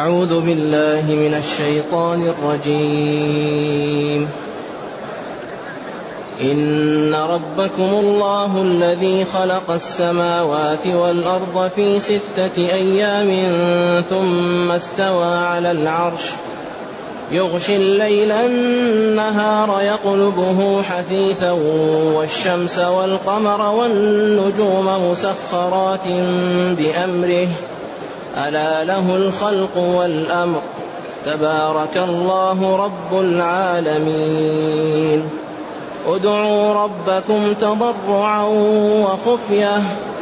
أعوذ بالله من الشيطان الرجيم. إن ربكم الله الذي خلق السماوات والأرض في 6 أيام ثم استوى على العرش يغشي الليل النهار يطلبه حثيثا والشمس والقمر والنجوم مسخرات بأمره ألا له الخلق والأمر تبارك الله رب العالمين. ادعوا ربكم تضرعا وخفية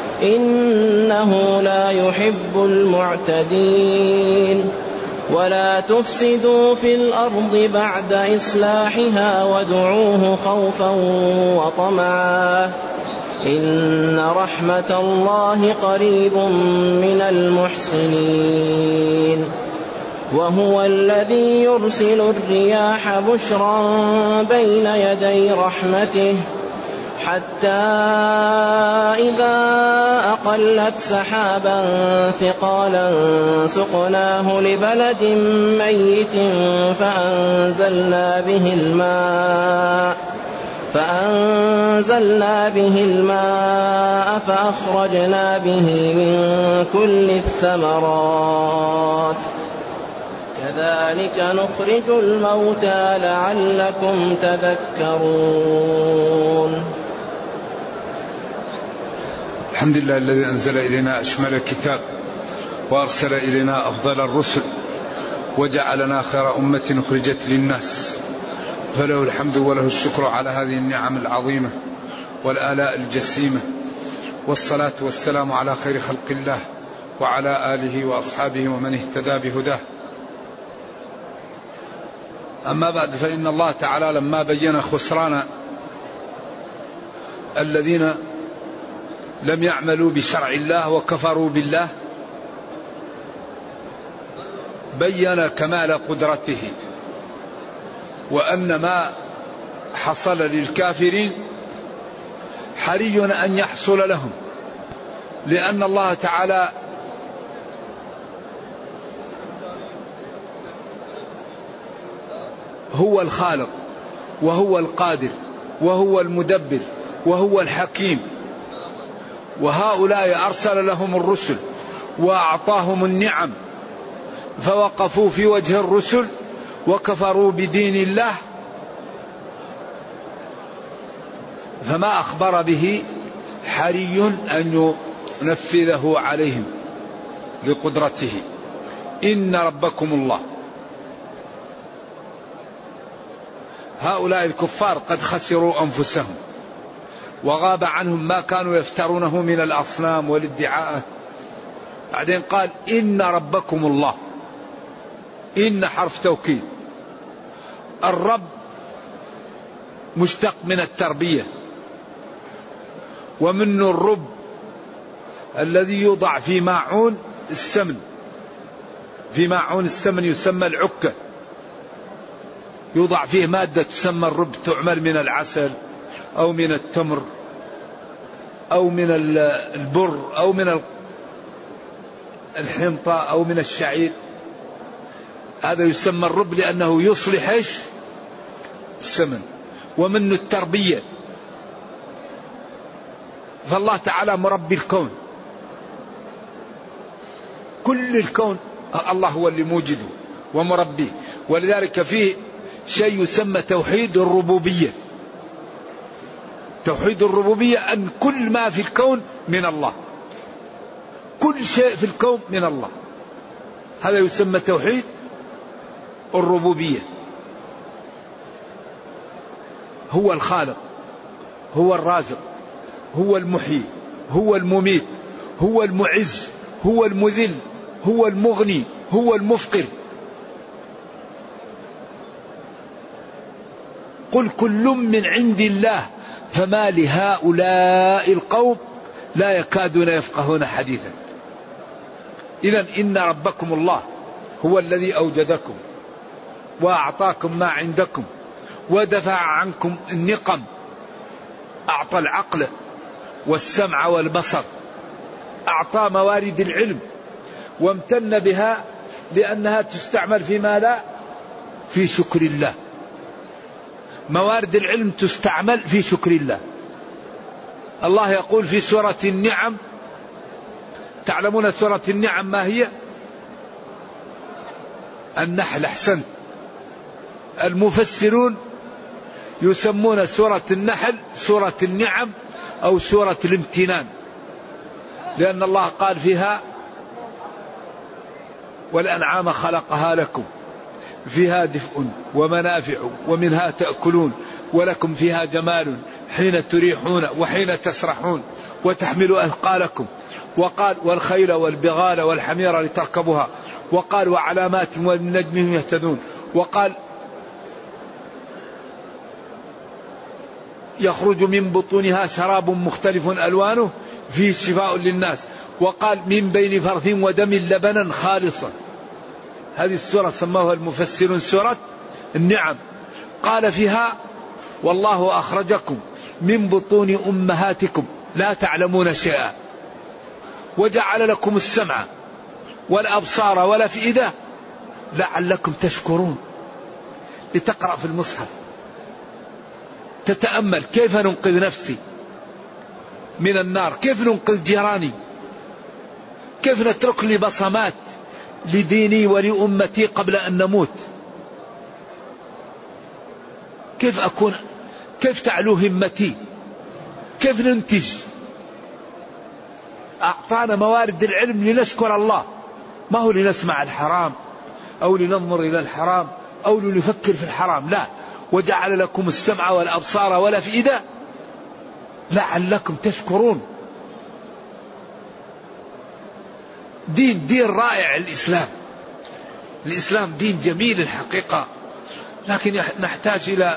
إنه لا يحب المعتدين. ولا تفسدوا في الأرض بعد إصلاحها وادعوه خوفا وطمعا إن رحمة الله قريب من المحسنين. وهو الذي يرسل الرياح بشرا بين يدي رحمته حتى إذا أقلت سحابا ثقالا سقناه لبلد ميت فأنزلنا به الماء فأخرجنا به من كل الثمرات كذلك نخرج الموتى لعلكم تذكرون. الحمد لله الذي أنزل إلينا أشمل الكتاب وأرسل إلينا أفضل الرسل وجعلنا خير أمة أخرجت للناس، فله الحمد وله الشكر على هذه النعم العظيمة والآلاء الجسيمة، والصلاة والسلام على خير خلق الله وعلى آله وأصحابه ومن اهتدى بهداه. أما بعد، فإن الله تعالى لما بين خسران الذين لم يعملوا بشرع الله وكفروا بالله بين كمال قدرته، وأن ما حصل للكافرين حري أن يحصل لهم، لأن الله تعالى هو الخالق وهو القادر وهو المدبر وهو الحكيم، وهؤلاء أرسل لهم الرسل وأعطاهم النعم فوقفوا في وجه الرسل وكفروا بدين الله، فما أخبر به حري أن ينفذه عليهم لقدرته. إن ربكم الله. هؤلاء الكفار قد خسروا أنفسهم وغاب عنهم ما كانوا يفترونه من الأصنام والادعاءات. بعدين قال إن ربكم الله. إن حرف توكيد. الرب مشتق من التربية، ومنه الرب الذي يوضع في ماعون السمن، في ماعون السمن يسمى العكة، يوضع فيه مادة تسمى الرب، تعمل من العسل أو من التمر أو من البر أو من الحنطة أو من الشعير. هذا يسمى الرب لأنه يصلح السمن. ومنه التربية، فالله تعالى مربي الكون، كل الكون الله هو اللي موجده ومربيه. ولذلك فيه شيء يسمى توحيد الربوبية. توحيد الربوبية أن كل ما في الكون من الله، كل شيء في الكون من الله، هذا يسمى توحيد الربوبية. هو الخالق، هو الرازق، هو المحيي، هو المميت، هو المعز، هو المذل، هو المغني، هو المفقر. قل كل من عند الله فما لهؤلاء القوم لا يكادون يفقهون حديثا. إذن إن ربكم الله هو الذي أوجدكم وأعطاكم ما عندكم ودفع عنكم النقم، أعطى العقل والسمع والبصر، أعطى موارد العلم وامتن بها لأنها تستعمل في ماذا؟ في شكر الله. موارد العلم تستعمل في شكر الله. الله يقول في سورة النعم، تعلمون سورة النعم ما هي؟ النحل. أحسنت. المفسرون يسمون سورة النحل سورة النعم أو سورة الامتنان، لأن الله قال فيها والأنعام خلقها لكم فيها دفء ومنافع ومنها تأكلون ولكم فيها جمال حين تريحون وحين تسرحون وتحملوا أثقالكم. وقال والخيل والبغال والحمير لتركبوها. وقال وعلامات والنجم هم يهتدون. وقال يخرج من بطونها شراب مختلف ألوانه فيه شفاء للناس. وقال من بين فرث ودم لبنا خالصا. هذه السورة سموها المفسرون سورة النعم. قال فيها والله أخرجكم من بطون أمهاتكم لا تعلمون شيئا وجعل لكم السمع والأبصار والأفئدة لعلكم تشكرون. لتقرأ في المصحف تتأمل كيف ننقذ نفسي من النار، كيف ننقذ جيراني، كيف نترك لي بصمات لديني ولأمتي قبل أن نموت، كيف تعلو همتي، كيف ننتج. أعطانا موارد العلم لنشكر الله، ما هو لنسمع الحرام أو لننظر إلى الحرام أو لنفكر في الحرام، لا. وجعل لكم السمع والأبصار والأفئدة لعلكم تشكرون. دين رائع الإسلام دين جميل الحقيقة، لكن نحتاج إلى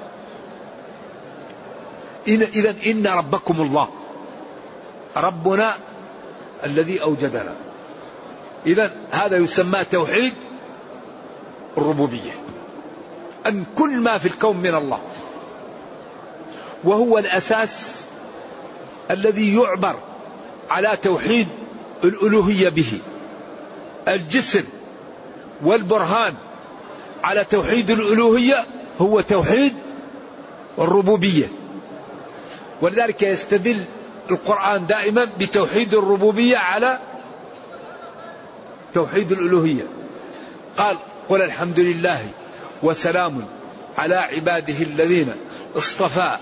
إذن إن ربكم الله ربنا الذي أوجدنا. إذن هذا يسمى توحيد الربوبية، أن كل ما في الكون من الله، وهو الأساس الذي يعبر على توحيد الألوهية به. الجسر والبرهان على توحيد الألوهية هو توحيد الربوبية. ولذلك يستدل القرآن دائما بتوحيد الربوبية على توحيد الألوهية. قال قل الحمد لله وسلام على عباده الذين اصطفى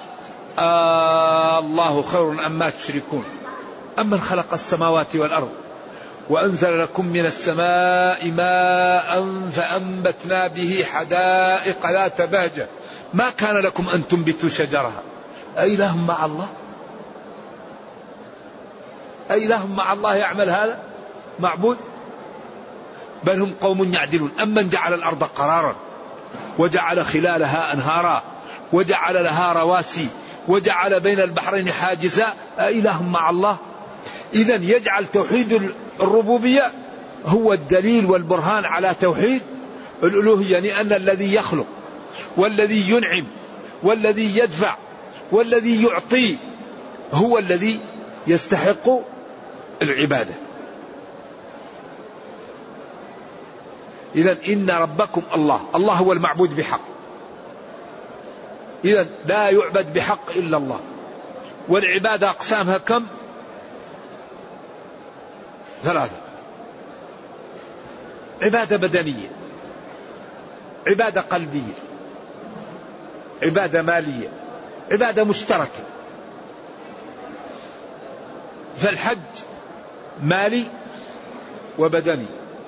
الله خير أما تشركون أمن خلق السماوات والأرض وأنزل لكم من السماء ماء فأنبتنا به حدائق ذات بهجة ما كان لكم أن تنبتوا شجرها أإله مع الله؟ أإله مع الله يعمل هذا؟ معبود؟ بل هم قوم يعدلون. أمن جعل الأرض قرارا وجعل خلالها أنهارا وجعل لها رواسي وجعل بين البحرين حاجزا أإله مع الله؟ إذن يجعل توحيد الربوبية هو الدليل والبرهان على توحيد الألوهية، لأن الذي يخلق والذي ينعم والذي يدفع والذي يعطي هو الذي يستحق العبادة. إذن إن ربكم الله هو المعبود بحق. إذن لا يعبد بحق إلا الله. والعبادة أقسامها كم؟ 3. عبادة بدنية، عبادة قلبية، عبادة مالية، عبادة مشتركة. فالحج مالي وبدني،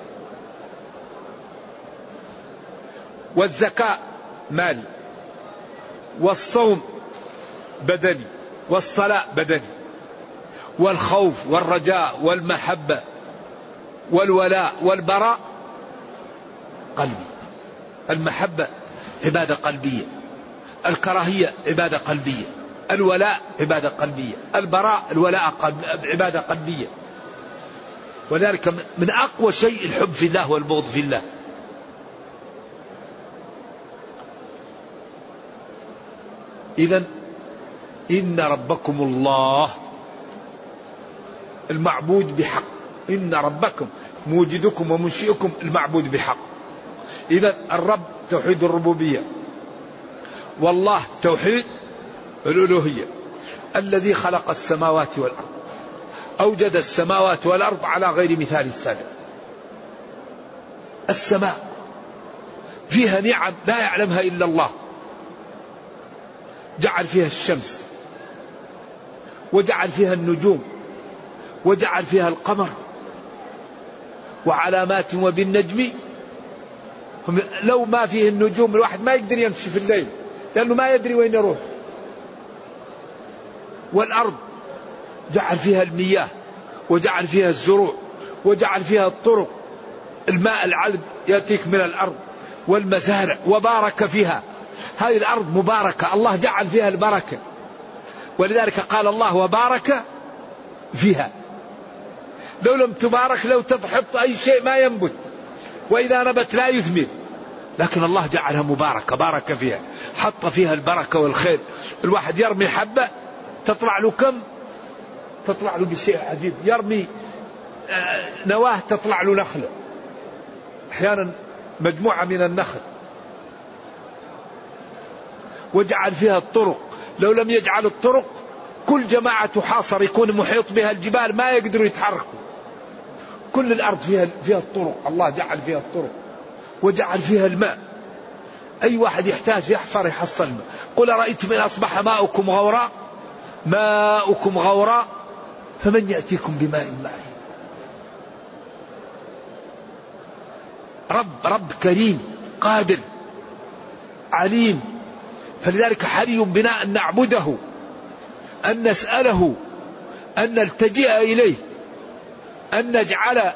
والزكاة مالي، والصوم بدني، والصلاة بدني، والخوف والرجاء والمحبة والولاء والبراء قلبي. المحبة عبادة قلبية، الكراهية عبادة قلبية، الولاء عبادة قلبية، البراء الولاء عبادة قلبية. ولذلك من أقوى شيء الحب في الله والبغض في الله. إذن إن ربكم الله المعبود بحق إن ربكم موجدكم ومنشئكم المعبود بحق. إذا الرب توحيد الربوبية، والله توحيد الألوهية. الذي خلق السماوات والأرض، أوجد السماوات والأرض على غير مثال سابق. السماء فيها نعم لا يعلمها إلا الله، جعل فيها الشمس، وجعل فيها النجوم، وجعل فيها القمر، وعلامات وبالنجم. لو ما فيه النجوم الواحد ما يقدر يمشي في الليل، لأنه ما يدري وين يروح. والأرض جعل فيها المياه، وجعل فيها الزروع، وجعل فيها الطرق، الماء العذب يأتيك من الأرض، والمزارع، وبارك فيها. هذه الأرض مباركة، الله جعل فيها البركة، ولذلك قال الله وبارك فيها. لو لم تبارك، لو تحط أي شيء ما ينبت، وإذا نبت لا يثمر، لكن الله جعلها مباركة، بارك فيها، حط فيها البركة والخير. الواحد يرمي حبة تطلع له كم؟ تطلع له بشيء عجيب. يرمي نواه تطلع له نخلة، أحيانا مجموعة من النخل. وجعل فيها الطرق، لو لم يجعل الطرق كل جماعة تحاصر يكون محيط بها الجبال ما يقدروا يتحركوا. كل الأرض فيها الطرق، الله جعل فيها الطرق، وجعل فيها الماء. أي واحد يحتاج يحفر يحصل الماء. قل رأيتم إن أصبح ماؤكم غوراء فمن يأتيكم بماء معين. رب كريم قادر عليم. فلذلك حري بنا أن نعبده، أن نسأله، أن نلتجئ إليه، أن نجعل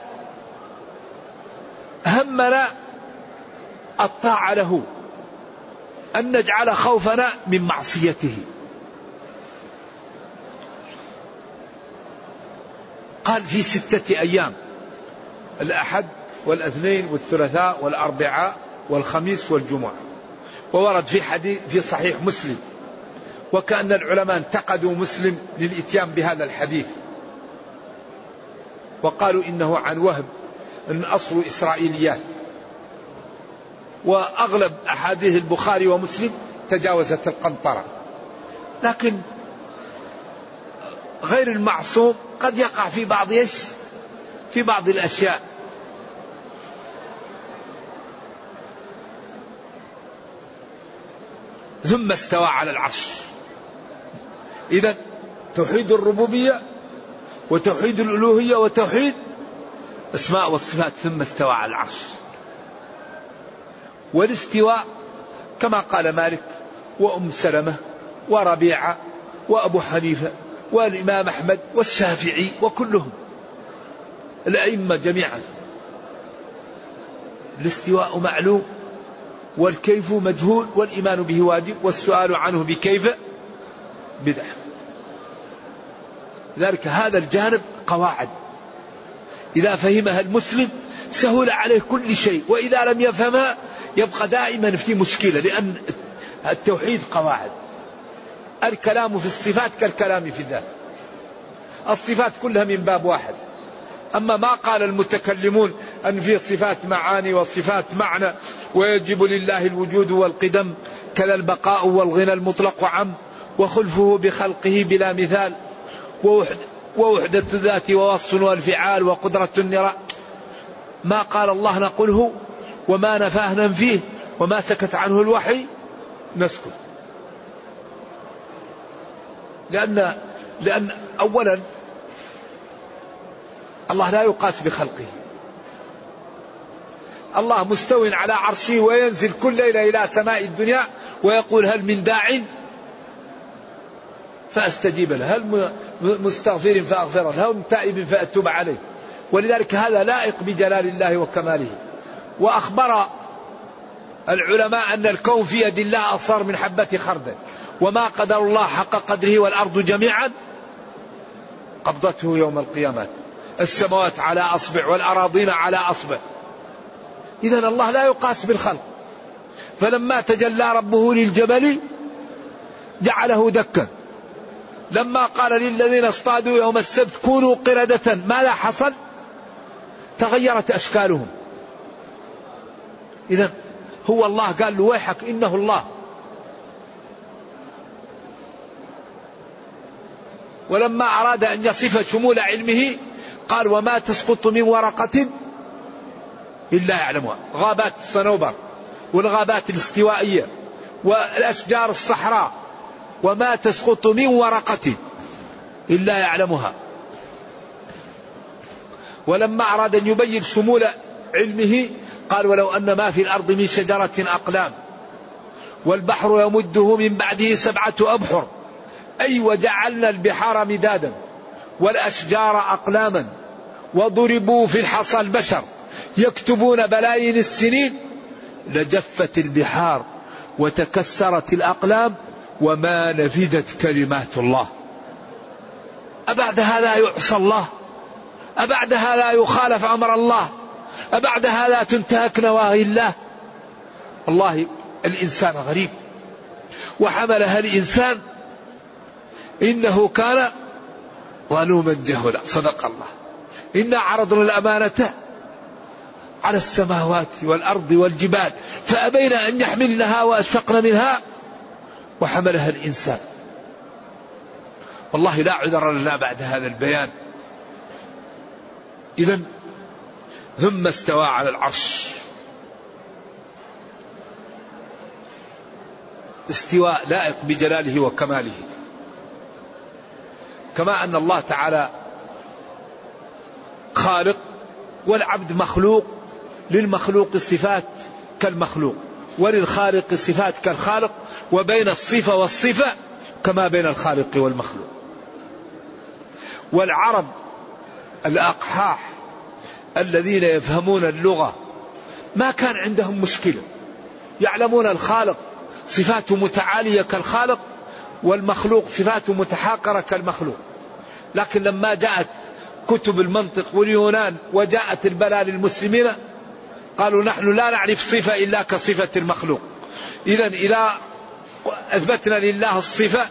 همنا الطاعة له، أن نجعل خوفنا من معصيته. قال في 6 أيام: الأحد والأثنين والثلاثاء والأربعاء والخميس والجمعة. وورد في حديث في صحيح مسلم، وكأن العلماء انتقدوا مسلم للإتيان بهذا الحديث، وقالوا إنه عن وهب، إن أصل إسرائيليات، وأغلب أحاديث البخاري ومسلم تجاوزت القنطرة. لكن غير المعصوم قد يقع في بعض الأشياء. ثم استوى على العرش. إذا توحيد الربوبية وتوحيد الألوهية وتوحيد الأسماء والصفات. ثم استوى على العرش. والاستواء كما قال مالك وأم سلمة وربيعة وأبو حنيفة والإمام أحمد والشافعي وكلهم الأئمة جميعا، الاستواء معلوم، والكيف مجهول، والإيمان به واجب، والسؤال عنه بكيف بدعة. لذلك هذا الجانب قواعد إذا فهمها المسلم سهل عليه كل شيء، وإذا لم يفهمها يبقى دائما في مشكلة، لأن التوحيد قواعد. الكلام في الصفات كالكلام في الذات، الصفات كلها من باب واحد. أما ما قال المتكلمون أن في صفات معاني وصفات معنى، ويجب لله الوجود والقدم كذا البقاء والغنى المطلق عم، وخلفه بخلقه بلا مثال، ووحدة الذات ووصف والفعال وقدرة النراء. ما قال الله نقوله، وما نفاه ننفيه، وما سكت عنه الوحي نسكت. لأن أولا الله لا يقاس بخلقه. الله مستو على عرشه وينزل كل ليلة إلى سماء الدنيا ويقول هل من داع فأستجيب له، هل مستغفر فأغفر له، هل تائب فأتوب عليه. ولذلك هذا لائق بجلال الله وكماله. وأخبر العلماء أن الكون في يد الله أصغر من حبة خردل، وما قدر الله حق قدره، والأرض جميعا قبضته يوم القيامة، السماوات على أصبع والأراضين على أصبع. إذن الله لا يقاس بالخلق. فلما تجلى ربه للجبل جعله دكا. لما قال للذين اصطادوا يوم السبت كونوا قردة، ماذا حصل؟ تغيرت أشكالهم. إذن هو الله قال له ويحك إنه الله. ولما أراد أن يصف شمول علمه قال وما تسقط من ورقة إلا يعلمها. غابات الصنوبر والغابات الاستوائية والأشجار الصحراء وما تسقط من ورقة إلا يعلمها. ولما أراد أن يبين شمول علمه قال ولو أن ما في الأرض من شجرة أقلام والبحر يمده من بعده 7 أبحر أي وجعلنا البحار مدادا والأشجار أقلاما وضربوا في الحصى البشر يكتبون بلايين السنين لجفت البحار وتكسرت الأقلام وما نفدت كلمات الله. أبعد هذا يعصى الله؟ أبعد هذا يخالف أمر الله؟ أبعد هذا تنتهك نواهي الله؟ والله الإنسان غريب. وحملها الإنسان إنه كان ظلوما جهولا. صدق الله. إنا عرضنا الأمانة على السماوات والأرض والجبال فأبين أن يحملنها وأشفقن منها وحملها الإنسان. والله لا عذر لنا بعد هذا البيان. إذن ثم استوى على العرش. استواء لائق بجلاله وكماله. كما أن الله تعالى خالق والعبد مخلوق، للمخلوق الصفات كالمخلوق وللخالق الصفات كالخالق، وبين الصفة والصفة كما بين الخالق والمخلوق. والعرب الأقحاح الذين يفهمون اللغة ما كان عندهم مشكلة، يعلمون الخالق صفاته متعالية كالخالق والمخلوق صفاته متحاقرة كالمخلوق. لكن لما جاءت كتب المنطق واليونان وجاءت البلاء للمسلمين قالوا نحن لا نعرف صفة إلا كصفة المخلوق. إذا أثبتنا لله الصفة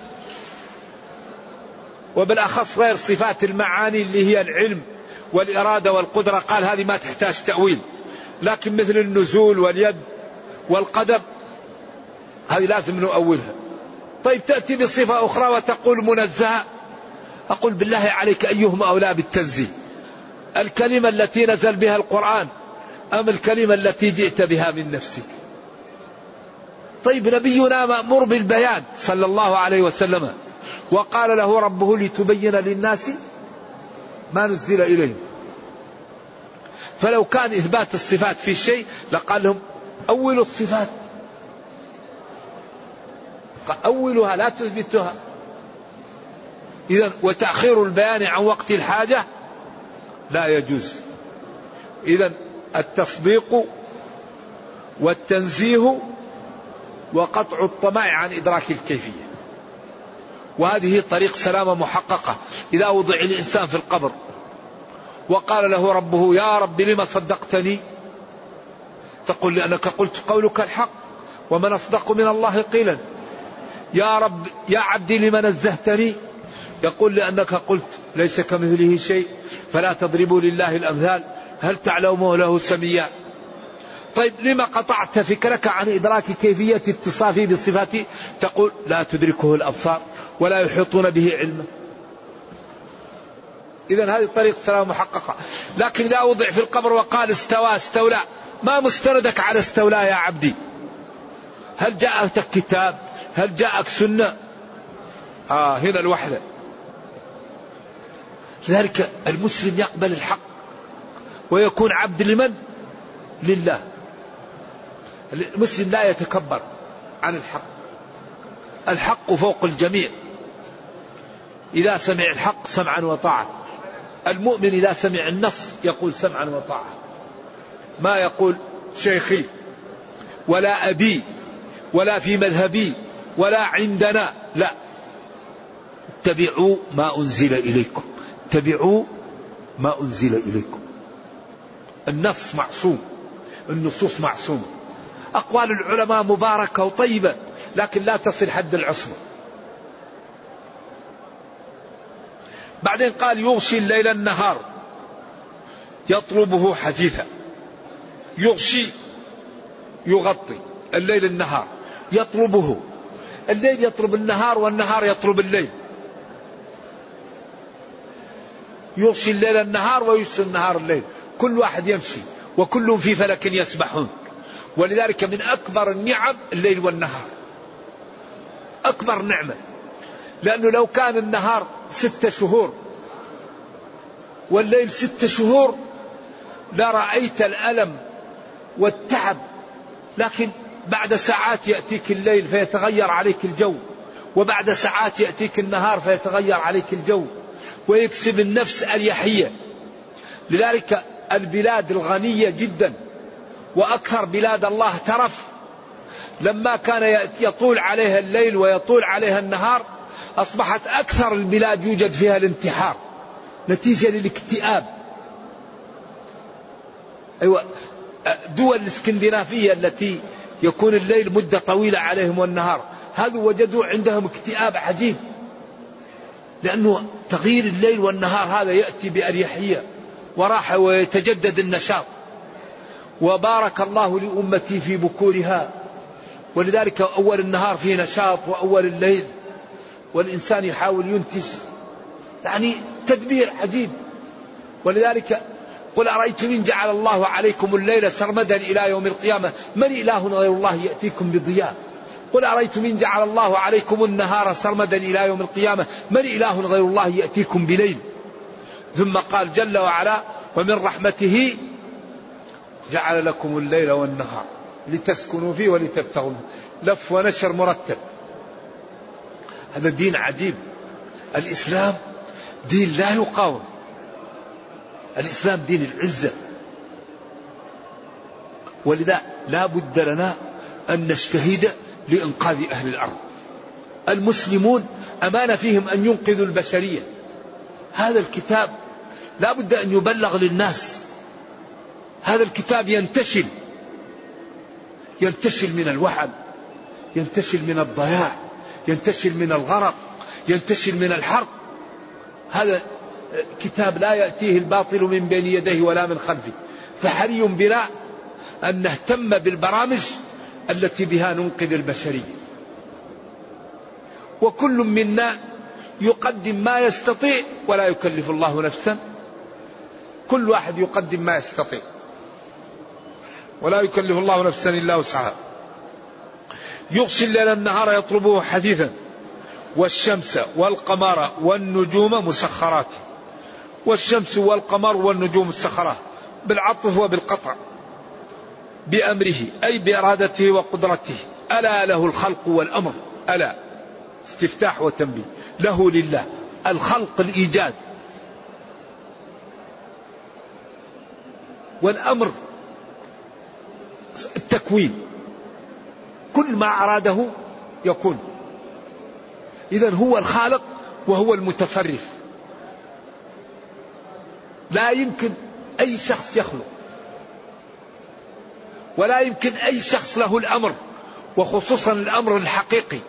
وبالأخص غير صفات المعاني اللي هي العلم والإرادة والقدرة قال هذه ما تحتاج تأويل، لكن مثل النزول واليد والقدم هذه لازم نؤولها. طيب تأتي بصفة أخرى وتقول منزهة، أقول بالله عليك أيهم أولى بالتنزيه، الكلمة التي نزل بها القرآن أم الكلمة التي جئت بها من نفسك؟ طيب نبينا مأمور بالبيان صلى الله عليه وسلم وقال له ربه لتبين للناس ما نزل إليه. فلو كان إثبات الصفات في شيء لقال لهم أولوا الصفات، أولها لا تثبتها. إذن وتأخير البيان عن وقت الحاجة لا يجوز. إذن التصديق والتنزيه وقطع الطمع عن إدراك الكيفية، وهذه طريق سلامة محققة. إذا وضع الإنسان في القبر وقال له ربه يا رب لما صدقتني، تقول لأنك قلت قولك الحق ومن أصدق من الله قيلا. يا رب يا عبدي لما نزهتني، يقول لأنك قلت ليس كمثله شيء فلا تضربوا لله الأمثال هل تعلموا له سميا. طيب لما قطعت فكرك عن إدراك كيفية اتصافه بصفاته، تقول لا تدركه الأبصار ولا يحيطون به علما. إذن هذه طريق سلام محققة. لكن إذا وضع في القبر وقال استوى استولى، ما مستندك على استولى يا عبدي؟ هل جاءك كتاب؟ هل جاءك سنة؟ هنا الوحدة. لذلك المسلم يقبل الحق ويكون عبد لمن؟ لله. المسلم لا يتكبر عن الحق، الحق فوق الجميع. إذا سمع الحق سمعا وطاعة. المؤمن إذا سمع النص يقول سمعا وطاعة، ما يقول شيخي ولا أبي ولا في مذهبي ولا عندنا، لا، اتبعوا ما أنزل إليكم، اتبعوا ما أنزل إليكم. النص معصوم، النصوص معصومة. أقوال العلماء مباركة وطيبة لكن لا تصل حد العصمة. بعدين قال يغشي الليل النهار، يطلبه حثيثا، يغشي يغطي الليل النهار، يطلبه، الليل يطلب النهار والنهار يطلب الليل، يغشي الليل النهار ويغشي النهار الليل، كل واحد يمشي وكلهم في فلك يسبحون. ولذلك من أكبر النعم الليل والنهار، أكبر نعمة، لأنه لو كان النهار 6 شهور والليل 6 شهور لرأيت الألم والتعب، لكن بعد ساعات يأتيك الليل فيتغير عليك الجو، وبعد ساعات يأتيك النهار فيتغير عليك الجو، ويكسب النفس أريحية. لذلك البلاد الغنية جدا وأكثر بلاد الله ترف، لما كان يطول عليها الليل ويطول عليها النهار أصبحت أكثر البلاد يوجد فيها الانتحار نتيجة للاكتئاب. أيوة، دول الاسكندنافية التي يكون الليل مدة طويلة عليهم والنهار، هذا وجدوا عندهم اكتئاب عجيب، لأنه تغيير الليل والنهار هذا يأتي بأريحية وراحة ويتجدد النشاط. وبارك الله لأمتي في بكورها، ولذلك أول النهار فيه نشاط وأول الليل، والإنسان يحاول ينتج، يعني تدبير عجيب. ولذلك قل أرأيتم إن جعل الله عليكم الليل سرمدا إلى يوم القيامة من إله غير الله يأتيكم بضياء. قل أرأيتم إن جعل الله عليكم النهار سرمدا إلى يوم القيامة من إله غير الله يأتيكم بليل. ثم قال جل وعلا ومن رحمته جعل لكم الليل والنهار لتسكنوا فيه ولتبتغوا، لف ونشر مرتب. هذا دين عجيب. الإسلام دين لا يقاوم، الإسلام دين العزة. ولذا لا بد لنا أن نجتهد لإنقاذ أهل الأرض. المسلمون أمانة فيهم أن ينقذوا البشرية. هذا الكتاب لا بد أن يبلغ للناس. هذا الكتاب ينتشل من الوحل، ينتشل من الضياع، ينتشل من الغرق، ينتشل من الحرق. هذا كتاب لا يأتيه الباطل من بين يديه ولا من خلفه. فحري بنا أن نهتم بالبرامج التي بها ننقذ البشرية. وكل منا يقدم ما يستطيع ولا يكلف الله نفسا، كل واحد يقدم ما يستطيع ولا يكلف الله نفسا إلا وسعها. يغشي الليل النهار يطلبه حثيثا والشمس والقمر والنجوم مسخرات. والشمس والقمر والنجوم مسخرات بالعطف وبالقطع بأمره أي بإرادته وقدرته. ألا له الخلق والأمر، ألا استفتاح وتنبيه، له لله الخلق الإيجاد، والأمر التكوين، كل ما أراده يكون. إذن هو الخالق وهو المتصرف. لا يمكن أي شخص يخلق، ولا يمكن أي شخص له الأمر، وخصوصا الأمر الحقيقي.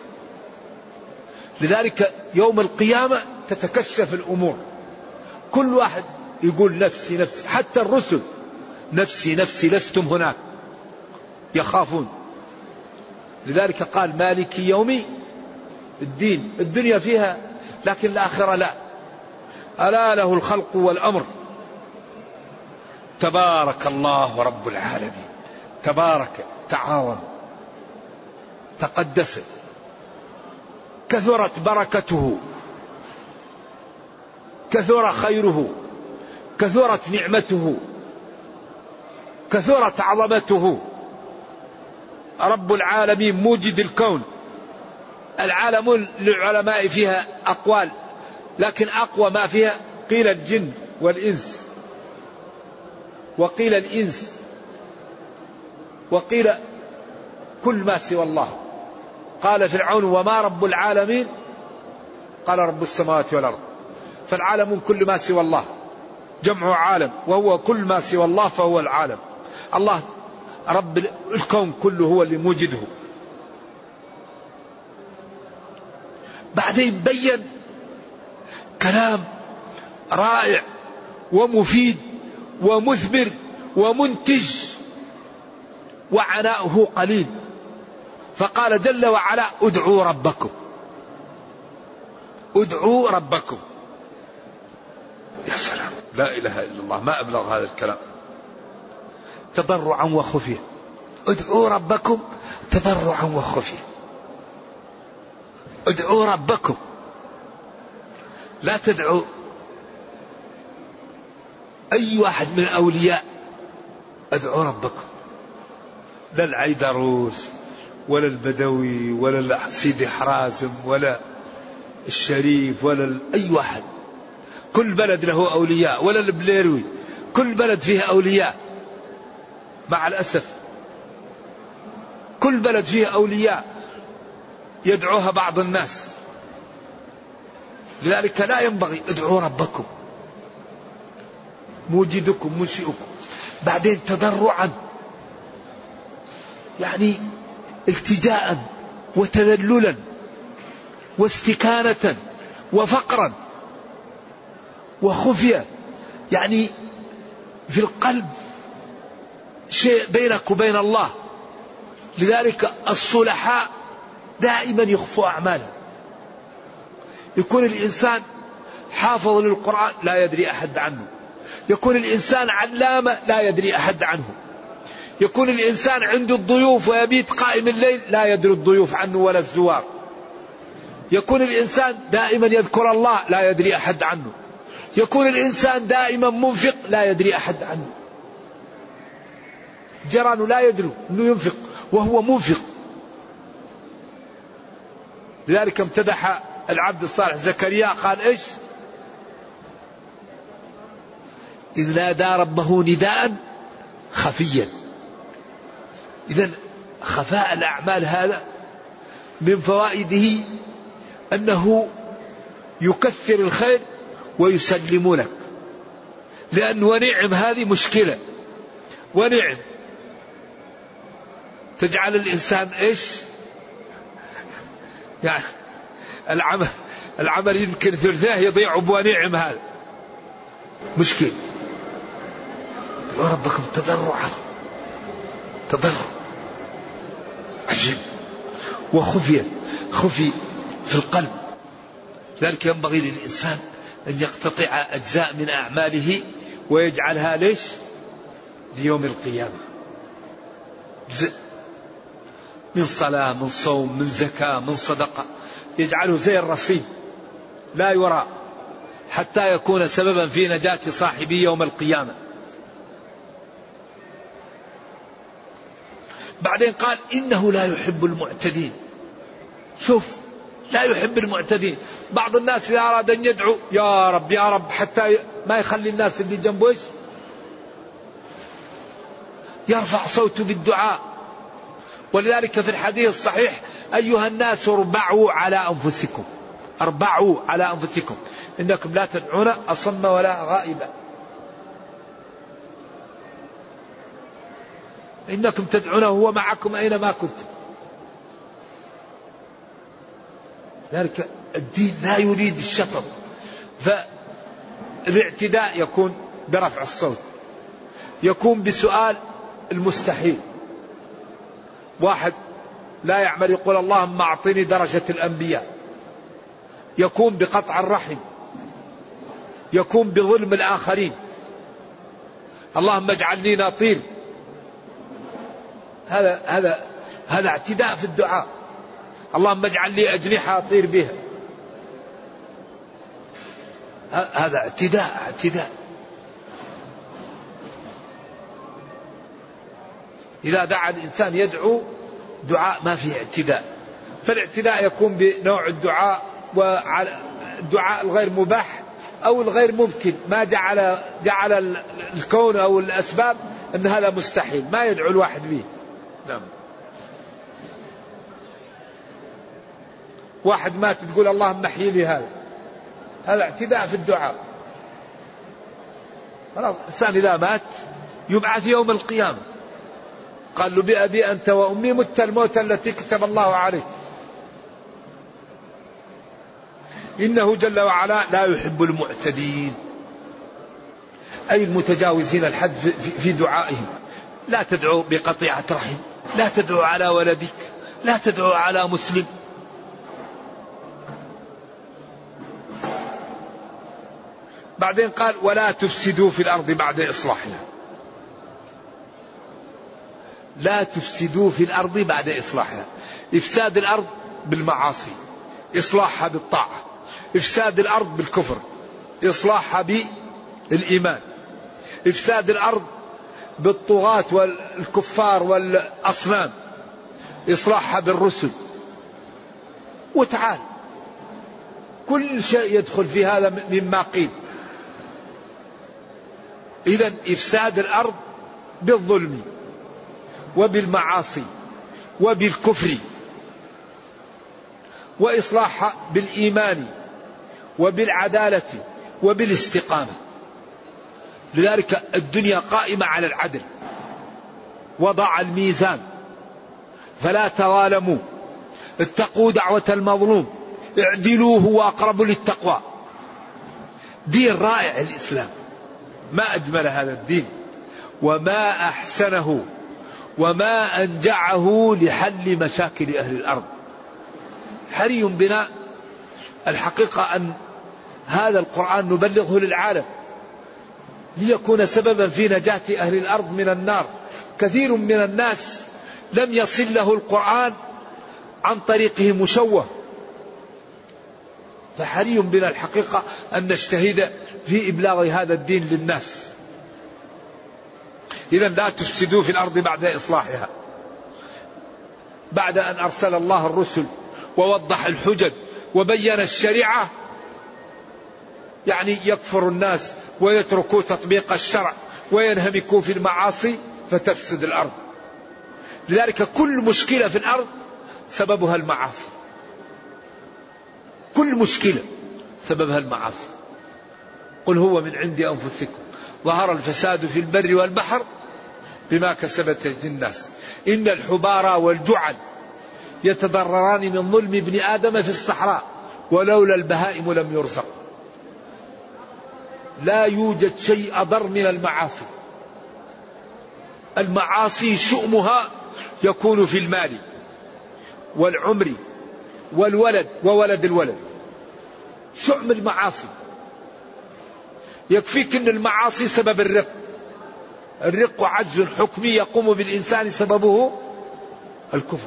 لذلك يوم القيامة تتكشف الأمور، كل واحد يقول نفسي نفسي، حتى الرسل نفسي نفسي لستم هناك، يخافون. لذلك قال مالك يوم الدين. الدنيا فيها لكن الآخرة لا. ألا له الخلق والأمر. تبارك الله رب العالمين. تبارك، تعاظم، تقدس، كثرت بركته، كثر خيره، كثرت نعمته، كثرت عظمته. رب العالمين موجد الكون. العالم للعلماء فيها أقوال، لكن أقوى ما فيها قيل الجن والإنس، وقيل الإنس، وقيل كل ما سوى الله. قال فرعون وما رب العالمين؟ قال رب السماوات والأرض. فالعالم كل ما سوى الله، جمع عالم، وهو كل ما سوى الله فهو العالم. الله رب الكون كله هو اللي موجده. بعدين بين كلام رائع ومفيد ومثمر ومنتج وعناؤه قليل. فقال جل وعلا ادعوا ربكم، ادعوا ربكم. يا سلام، لا إله إلا الله، ما أبلغ هذا الكلام. تضرعا وخفيا، ادعوا ربكم تضرعا وخفيا، ادعوا ربكم. لا تدعوا أي واحد من الأولياء، ادعوا ربكم. لا العيدروس ولا البدوي ولا سيدي حرازم ولا الشريف ولا أي واحد. كل بلد له أولياء، ولا البليروي، كل بلد فيه أولياء. مع الأسف كل بلد فيه أولياء يدعوها بعض الناس. لذلك لا ينبغي، ادعوا ربكم موجدكم منشئكم. بعدين تضرعا، يعني التجاء وتذللا واستكانة وفقرا وخفية، يعني في القلب شيء بينك وبين الله. لذلك الصلحاء دائما يخفوا أعماله. يكون الإنسان حافظ للقرآن لا يدري أحد عنه، يكون الإنسان علامة لا يدري أحد عنه، يكون الإنسان عنده الضيوف ويبيت قائم الليل لا يدري الضيوف عنه ولا الزوار، يكون الإنسان دائما يذكر الله لا يدري أحد عنه، يكون الإنسان دائما منفق لا يدري أحد عنه. جيرانه لا يدروا أنه ينفق وهو منفق. لذلك امتدح العبد الصالح زكريا قال إيش؟ إذ نادى ربه نداء خفيا. إذن خفاء الأعمال هذا من فوائده أنه يكثر الخير ويسلمونك. لأن ونعم هذه مشكلة، ونعم تجعل الإنسان إيش؟ يعني العمل يمكن ثلثاه يضيع بونعم، هذا مشكلة. ربكم تضرعا، تضرع عجيب، وخفيا، خفي في القلب. ذلك ينبغي للإنسان أن يقتطع أجزاء من أعماله ويجعلها ليش؟ ليوم القيامة. جزء من صلاة، من صوم، من زكاة، من صدقة، يجعله زي الرصيد لا يرى، حتى يكون سببا في نجاة صاحبه يوم القيامة. بعدين قال إنه لا يحب المعتدين. شوف، لا يحب المعتدين. بعض الناس إذا أراد أن يدعو يا رب يا رب حتى ما يخلي الناس اللي جنبه يرفع صوته بالدعاء. ولذلك في الحديث الصحيح أيها الناس اربعوا على أنفسكم، اربعوا على أنفسكم إنكم لا تدعون أصم ولا غائبا، إنكم تدعونه هو معكم أينما كنتم. ذلك الدين لا يريد الشطط. فالاعتداء يكون برفع الصوت، يكون بسؤال المستحيل. واحد لا يعمل يقول اللهم أعطني درجة الأنبياء، يكون بقطع الرحم، يكون بظلم الآخرين، اللهم اجعلني ناطير. هذا اعتداء في الدعاء. اللهم اجعل لي أجنحة أطير بها، هذا اعتداء. إذا دعا الإنسان يدعو دعاء ما فيه اعتداء. فالاعتداء يكون بنوع الدعاء، والدعاء الغير مباح أو الغير ممكن، ما جعل الكون أو الأسباب أن هذا مستحيل، ما يدعو الواحد به. نعم. واحد مات تقول اللهم احيي لي هذا اعتداء في الدعاء. خلاص، الإنسان إذا مات يبعث يوم القيامة. قال له بأبي أنت وأمي مت الموت التي كتب الله عليه. إنه جل وعلا لا يحب المعتدين. أي المتجاوزين الحد في دعائهم. لا تدعو بقطيعة رحم، لا تدعو على ولدك، لا تدعو على مسلم. بعدين قال ولا تفسدوا في الأرض بعد إصلاحها. لا تفسدوا في الأرض بعد إصلاحها. إفساد الأرض بالمعاصي، إصلاحها بالطاعة. إفساد الأرض بالكفر، إصلاحها بالإيمان. إفساد الأرض بالطغاة والكفار والأصنام، إصلاحها بالرسل. وتعال كل شيء يدخل في هذا مما قيل. إذن إفساد الأرض بالظلم وبالمعاصي وبالكفر، وإصلاحها بالإيمان وبالعدالة وبالاستقامة. لذلك الدنيا قائمة على العدل، وضع الميزان فلا تظالموا، اتقوا دعوة المظلوم، اعدلوا هو أقرب للتقوى. دين رائع الإسلام، ما أجمل هذا الدين وما أحسنه وما أنجعه لحل مشاكل أهل الأرض. حري بنا الحقيقة أن هذا القرآن نبلغه للعالم ليكون سببا في نجاة أهل الأرض من النار. كثير من الناس لم يصل له القرآن عن طريقه مشوه، فحري بنا الحقيقة أن نجتهد في إبلاغ هذا الدين للناس. إذا لا تفسدوا في الأرض بعد إصلاحها. بعد أن أرسل الله الرسل ووضح الحجج وبين الشريعة، يعني يكفر الناس ويتركوا تطبيق الشرع وينهمكوا في المعاصي فتفسد الأرض. لذلك كل مشكلة في الأرض سببها المعاصي، كل مشكلة سببها المعاصي. قل هو من عند أنفسكم ظهر الفساد في البر والبحر بما كسبت أيدي الناس إن الحبارى والجعل يتضرران من ظلم ابن آدم في الصحراء ولولا البهائم لم يرزق. لا يوجد شيء أضر من المعاصي. المعاصي شؤمها يكون في المال والعمر والولد وولد الولد. شؤم المعاصي. يكفيك أن المعاصي سبب الرق. الرق عجز حكمي يقوم بالإنسان سببه الكفر.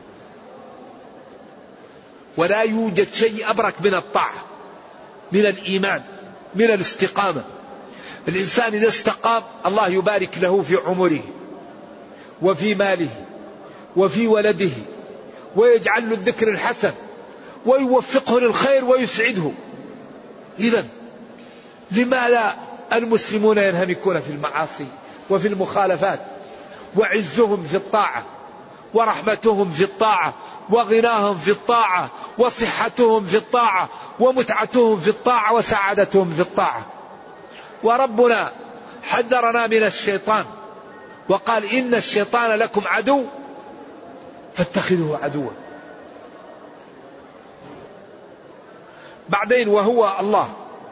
ولا يوجد شيء أبرك من الطاعة، من الإيمان، من الاستقامة. الإنسان إذا استقام الله يبارك له في عمره وفي ماله وفي ولده، ويجعل له الذكر الحسن ويوفقه للخير ويسعده. إذن لماذا المسلمون ينهمكون في المعاصي وفي المخالفات، وعزهم في الطاعة ورحمتهم في الطاعة وغناهم في الطاعة وصحتهم في الطاعة ومتعتهم في الطاعة وسعادتهم في الطاعة. وربنا حذرنا من الشيطان وقال إن الشيطان لكم عدو فاتخذوه عدوا. بعدين وهو الله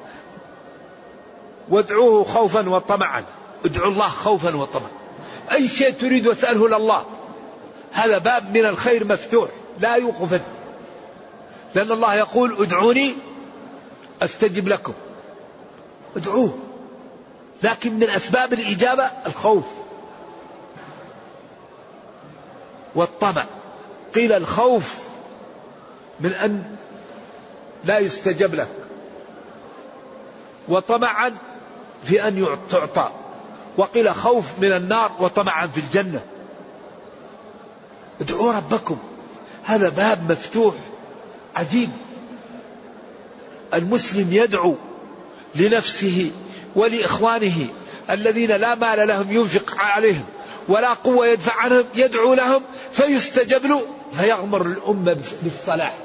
وادعوه خوفا وطمعا. ادعوا الله خوفا وطمعا. أي شيء تريد واسأله لله. هذا باب من الخير مفتوح لا يوقف، لأن الله يقول ادعوني أستجب لكم. ادعوه، لكن من أسباب الإجابة الخوف والطمع. قيل الخوف من أن لا يستجب لك، وطمعا في أن تعطى، وقيل خوف من النار وطمعا في الجنة. ادعوا ربكم. هذا باب مفتوح عجيب. المسلم يدعو لنفسه ولإخوانه الذين لا مال لهم ينفق عليهم ولا قوة يدفع عنهم، يدعو لهم فيستجب له فيغمر الأمة بالصلاح.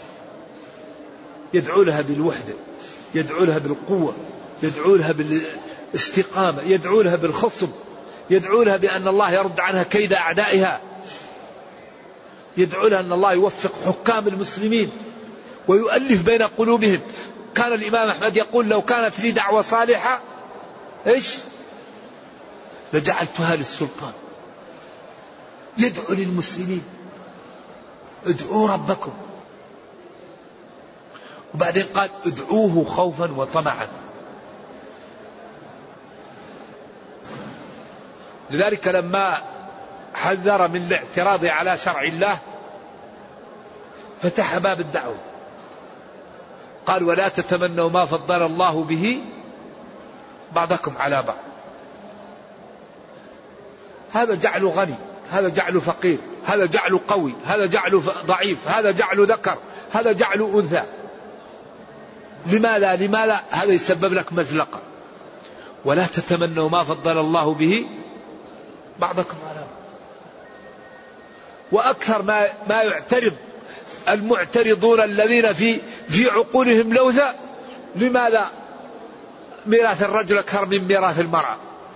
يدعو لها بالوحدة، يدعو لها بالقوة، يدعو لها بالاستقامة، يدعو لها بالخصم، يدعو لها بأن الله يرد عنها كيد أعدائها، يدعو لها أن الله يوفق حكام المسلمين ويؤلف بين قلوبهم. كان الإمام أحمد يقول لو كانت لي دعوة صالحة إيش؟ لجعلتها للسلطان يدعو للمسلمين ادعوا ربكم. وبعدين قال ادعوه خوفا وطمعا. لذلك لما حذر من الاعتراض على شرع الله فتح باب الدعوة، قال ولا تتمنوا ما فضل الله به بعضكم على بعض. هذا جعله غني، هذا جعله فقير، هذا جعله قوي، هذا جعله ضعيف، هذا جعله ذكر، هذا جعله أنثى. لماذا؟ هذا يسبب لك مزلقة. ولا تتمنوا ما فضل الله به بعضكم على بعض. وأكثر ما يعترض المعترضون الذين في عقولهم لوثة، لماذا ميراث الرجل أكثر من ميراث المرأة؟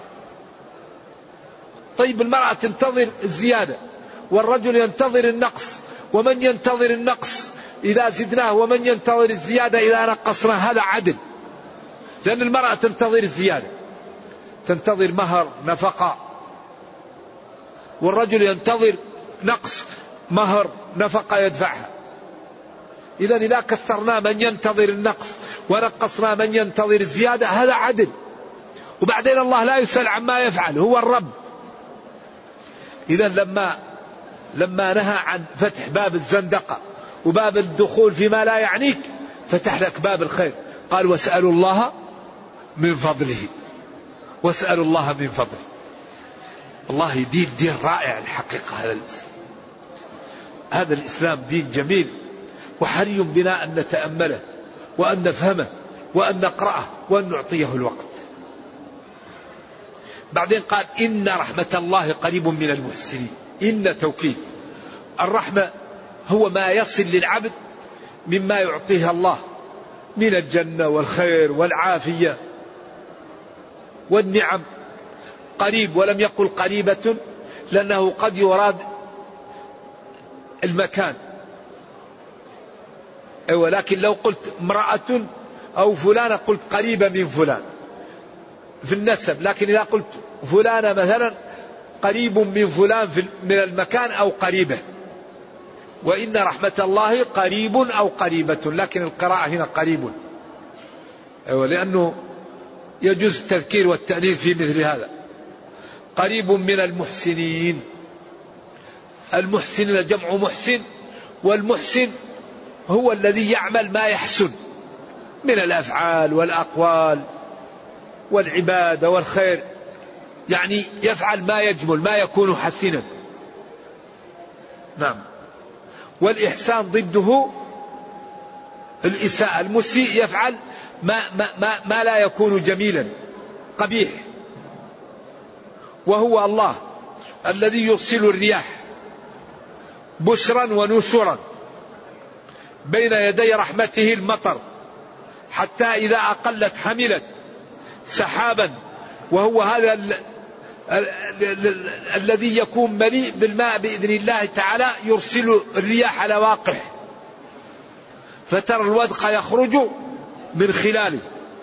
طيب المرأة تنتظر الزيادة والرجل ينتظر النقص، ومن ينتظر النقص إذا زدناه ومن ينتظر الزيادة إذا نقصناه، هذا عدل. لأن المرأة تنتظر الزيادة، تنتظر مهر نفقة، والرجل ينتظر نقص مهر نفقة يدفعها. إذا كثرنا من ينتظر النقص ونقصنا من ينتظر الزيادة، هذا عدل. وبعدين الله لا يسأل عما يفعل، هو الرب. إذا لما نهى عن فتح باب الزندقة وباب الدخول فيما لا يعنيك، فتح لك باب الخير. قال واسألوا الله من فضله، واسألوا الله من فضله. والله دين رائع الحقيقة. هذا الإسلام دين جميل، وحري بنا أن نتأمله وأن نفهمه وأن نقرأه وأن نعطيه الوقت. بعدين قال إن رحمة الله قريب من المحسنين. إن توكيد الرحمة هو ما يصل للعبد مما يعطيه الله من الجنة والخير والعافية والنعم. قريب، ولم يقل قريبة لأنه قد يراد المكان، ولكن لو قلت امرأة أو فلانة قلت قريبة من فلان في النسب. لكن إذا قلت فلانة مثلا قريب من فلان من المكان أو قريبة. وإن رحمة الله قريب أو قريبة، لكن القراءة هنا قريب، لأنه يجوز التذكير والتأنيث في مثل هذا. قريب من المحسنين. المحسن جمع محسن، والمحسن هو الذي يعمل ما يحسن من الأفعال والأقوال والعبادة والخير، يعني يفعل ما يجمل ما يكون حسنا. نعم. والإحسان ضده الإساءة. المسيء يفعل ما لا يكون جميلا، قبيح. وهو الله الذي يرسل الرياح بشرا ونشرا بين يدي رحمته المطر، حتى إذا أقلت حملت سحابا، وهو هذا الذي يكون مليء بالماء بإذن الله تعالى، يرسل الرياح لواقح فترى الودق يخرج من خلاله.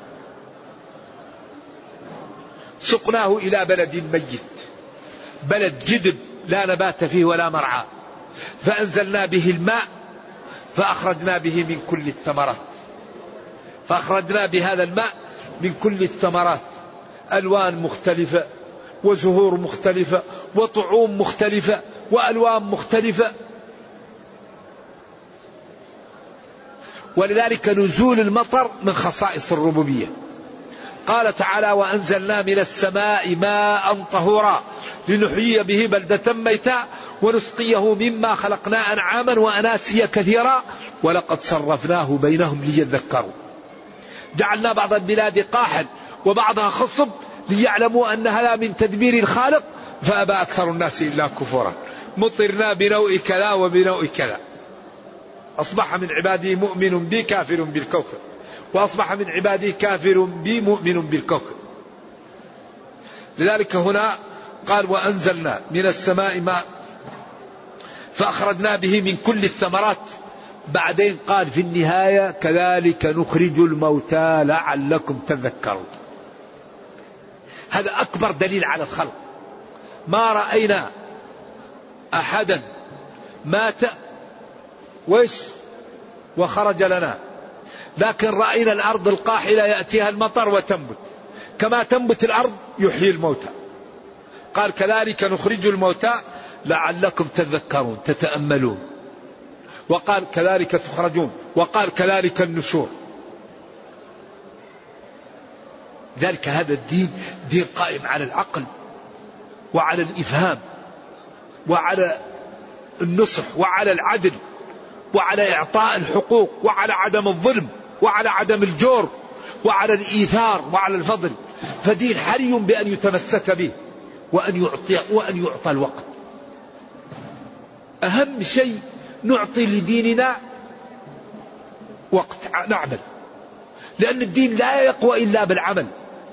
سقناه إلى بلد ميت، بلد جدب لا نبات فيه ولا مرعى، فأنزلنا به الماء فأخرجنا به من كل الثمرات. فأخرجنا بهذا الماء من كل الثمرات، ألوان مختلفة وزهور مختلفة وطعوم مختلفة وألوان مختلفة. ولذلك نزول المطر من خصائص الربوبية. قال تعالى وأنزلنا من السماء ماء طهورا لنحيي به بلدة ميتا ونسقيه مما خلقنا أنعاما وأناسيا كثيرا ولقد صرفناه بينهم ليذكروا. جعلنا بعض البلاد قاحل وبعضها خصب ليعلموا أن هذا من تدبير الخالق فأبى أكثر الناس إلا كفورا. مطرنا بنوء كذا وبنوء كذا، أصبح من عبادي مؤمن بي كافر بالكوكب، وأصبح من عبادي كافر بي مؤمن بالكوكب. لذلك هنا قال وأنزلنا من السماء ماء فأخرجنا به من كل الثمرات. بعدين قال في النهاية كذلك نخرج الموتى لعلكم تذكرون. هذا أكبر دليل على الخلق. ما رأينا أحدا مات وخرج لنا، لكن رأينا الأرض القاحلة يأتيها المطر وتنبت، كما تنبت الأرض يحيي الموتى. قال كذلك نخرج الموتى لعلكم تذكرون تتأملون. وقال كذلك تخرجون، وقال كذلك النشور. ذلك هذا الدين دين قائم على العقل وعلى الإفهام وعلى النصح وعلى العدل وعلى إعطاء الحقوق وعلى عدم الظلم وعلى عدم الجور وعلى الإيثار وعلى الفضل. فدين حري بأن يتمسك به وأن يعطى الوقت. أهم شيء نعطي لديننا وقت نعمل، لأن الدين لا يقوى إلا بالعمل.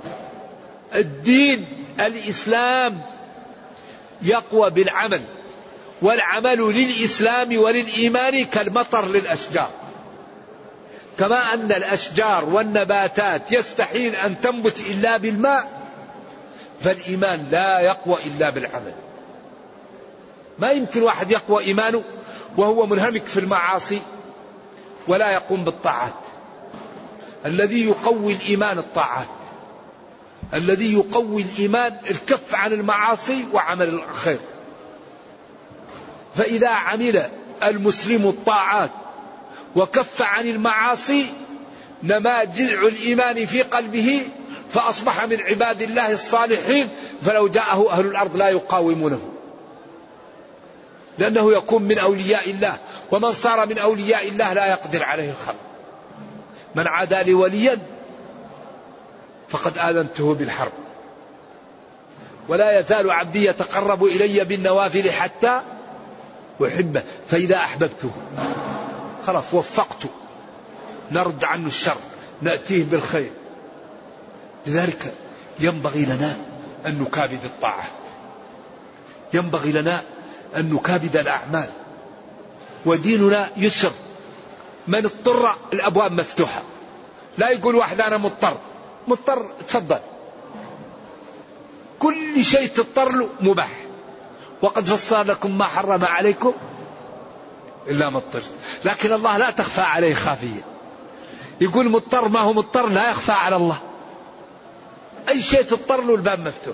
الدين الإسلام يقوى بالعمل، والعمل للإسلام وللإيمان كالمطر للأشجار. كما أن الأشجار والنباتات يستحيل أن تنبت إلا بالماء، فالإيمان لا يقوى إلا بالعمل. ما يمكن واحد يقوى إيمانه وهو منهمك في المعاصي ولا يقوم بالطاعات. الذي يقوي الإيمان الطاعات، الذي يقوي الإيمان الكف عن المعاصي وعمل الخير. فإذا عمل المسلم الطاعات وكف عن المعاصي نما جذع الإيمان في قلبه، فأصبح من عباد الله الصالحين، فلو جاءه أهل الأرض لا يقاومونه، لأنه يكون من أولياء الله. ومن صار من أولياء الله لا يقدر عليه الخلق. من عادى لي وليا فقد آذنته بالحرب. ولا يزال عبدي يتقرب إلي بالنوافل حتى أحبه، فإذا أحببته خلاص وفقته، نرد عنه الشر، نأتيه بالخير. لذلك ينبغي لنا أن نكابد الطاعات، ينبغي لنا أن نكابد الأعمال. وديننا يسر، من اضطر الأبواب مفتوحة. لا يقول واحد أنا مضطر تفضل، كل شيء تضطر له مباح. وقد فصل لكم ما حرم عليكم إلا ما اضطرتم. لكن الله لا تخفى عليه خافية. يقول مضطر، ما هو مضطر لا يخفى على الله. أي شيء تضطر له الباب مفتوح.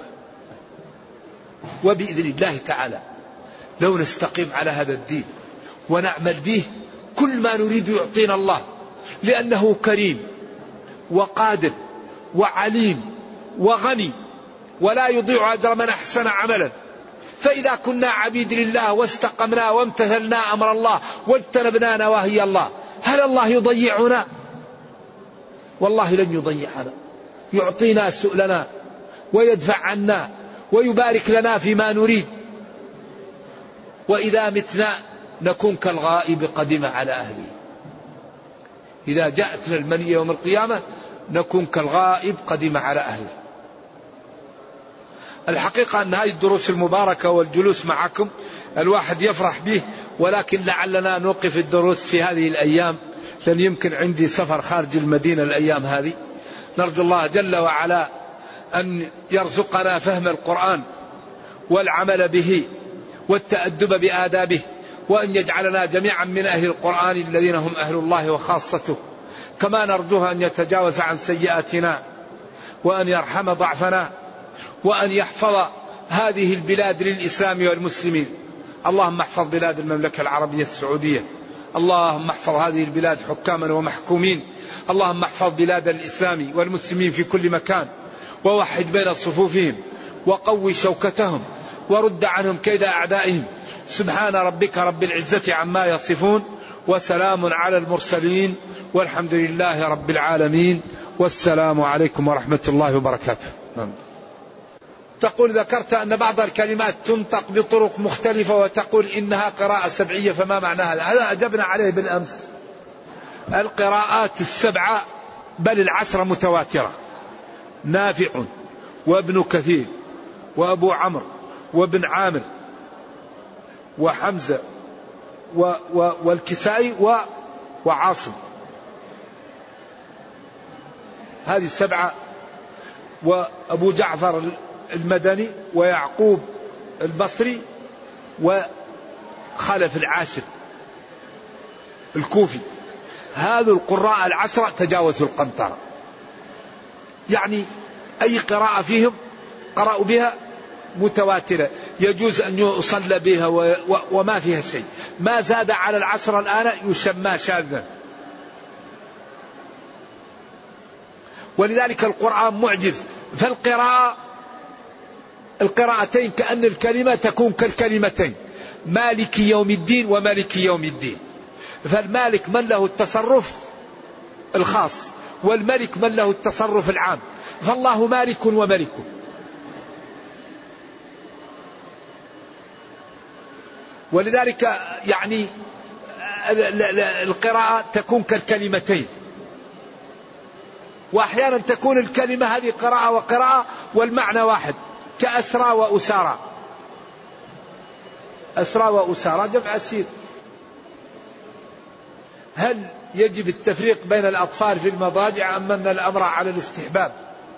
وبإذن الله تعالى لو نستقيم على هذا الدين ونعمل به كل ما نريد يعطينا الله، لأنه كريم وقادر وعليم وغني ولا يضيع أجر من أحسن عملا. فإذا كنا عبيد لله واستقمنا وامتثلنا أمر الله واجتنبنا نواهي الله، هل الله يضيعنا؟ والله لن يضيعنا. يعطينا سؤلنا ويدفع عنا ويبارك لنا فيما نريد. وإذا متنا نكون كالغائب قدم على أهله. إذا جاءتنا المنية يوم القيامة نكون كالغائب قدم على أهله. الحقيقة أن هذه الدروس المباركة والجلوس معكم الواحد يفرح به، ولكن لعلنا نوقف الدروس في هذه الأيام، لأن يمكن عندي سفر خارج المدينة الأيام هذه. نرجو الله جل وعلا أن يرزقنا فهم القرآن والعمل به والتأدب بآدابه، وأن يجعلنا جميعا من أهل القرآن الذين هم أهل الله وخاصته. كما نرجوه أن يتجاوز عن سيئاتنا وأن يرحم ضعفنا وأن يحفظ هذه البلاد للإسلام والمسلمين. اللهم احفظ بلاد المملكة العربية السعودية، اللهم احفظ هذه البلاد حكاما ومحكومين، اللهم احفظ بلاد الإسلام والمسلمين في كل مكان، ووحد بين صفوفهم وقوي شوكتهم ورد عنهم كيد أعدائهم. سبحان ربك رب العزة عما يصفون، وسلام على المرسلين، والحمد لله رب العالمين، والسلام عليكم ورحمة الله وبركاته. تقول ذكرت أن بعض الكلمات تنطق بطرق مختلفة وتقول إنها قراءة سبعية، فما معناها؟ هذا أجبنا عليه بالأمس. القراءات السبعة بل العشرة متواترة، نافع وابن كثير وأبو عمرو وابن عامر وحمزة والكسائي وعاصم. هذه السبعة وأبو جعفر المدني ويعقوب البصري وخلف العاشر الكوفي. هذا القراء 10 تجاوزوا القنطرة، يعني أي قراءة فيهم قرأوا بها متواترة يجوز أن يصلى بها وما فيها شيء. ما زاد على 10 الآن يسمى شاذا. ولذلك القرآن معجز. القراءتين كأن الكلمة تكون كالكلمتين، مالك يوم الدين ومالك يوم الدين. فالمالك من له التصرف الخاص، والملك من له التصرف العام، فالله مالك وملك. ولذلك يعني القراءة تكون كالكلمتين، وأحيانا تكون الكلمة هذه قراءة وقراءة والمعنى واحد، كأسرى وأسارى. أسرى وأسارى جمع أسير. هل يجب التفريق بين الأطفال في المضاجع أم أن الأمر على الاستحباب؟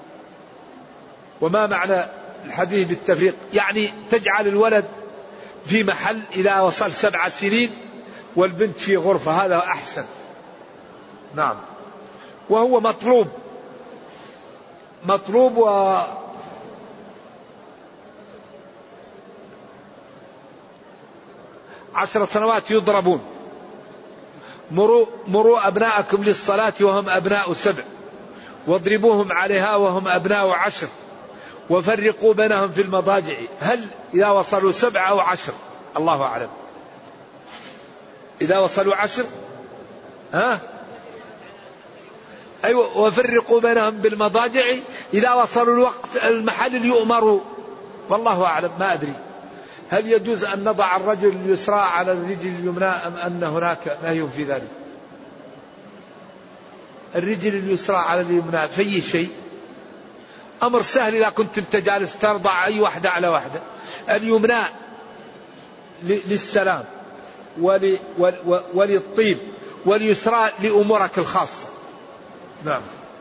وما معنى الحديث بالتفريق؟ يعني تجعل الولد في محل إذا وصل 7 سنين والبنت في غرفة، هذا أحسن. نعم، وهو مطلوب 10 سنوات يضربون. مروا أبناءكم للصلاة وهم أبناء 7 واضربوهم عليها وهم أبناء 10 وفرقوا بينهم في المضاجع. هل إذا وصلوا 7 أو 10؟ الله أعلم. إذا وصلوا 10 أيوة، وفرقوا بينهم بالمضاجع إذا وصلوا الوقت المحل اللي يؤمروا. والله أعلم، ما أدري. هل يجوز أن نضع الرجل اليسرى على الرجل اليمنى أم أن هناك نهي في ذلك؟ الرجل اليسرى على اليمنى في أي شيء أمر سهل. إذا كنت أنت جالس ترضع أي واحدة على واحدة، اليمنى للسلام وللطيب، واليسرى لأمورك الخاصة. نعم.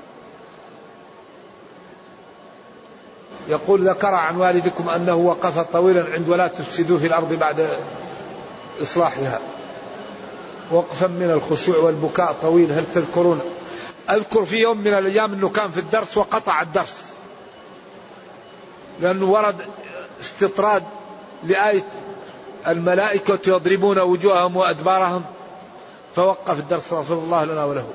يقول ذكر عن والدكم أنه وقف طويلا عند ولا تفسدوا في الأرض بعد إصلاحها، وقفا من الخشوع والبكاء طويل، هل تذكرون؟ أذكر في يوم من الأيام أنه كان في الدرس وقطع الدرس لأنه ورد استطراد لآية الملائكة يضربون وجوههم وأدبارهم، فوقف الدرس، غفر الله لنا وله.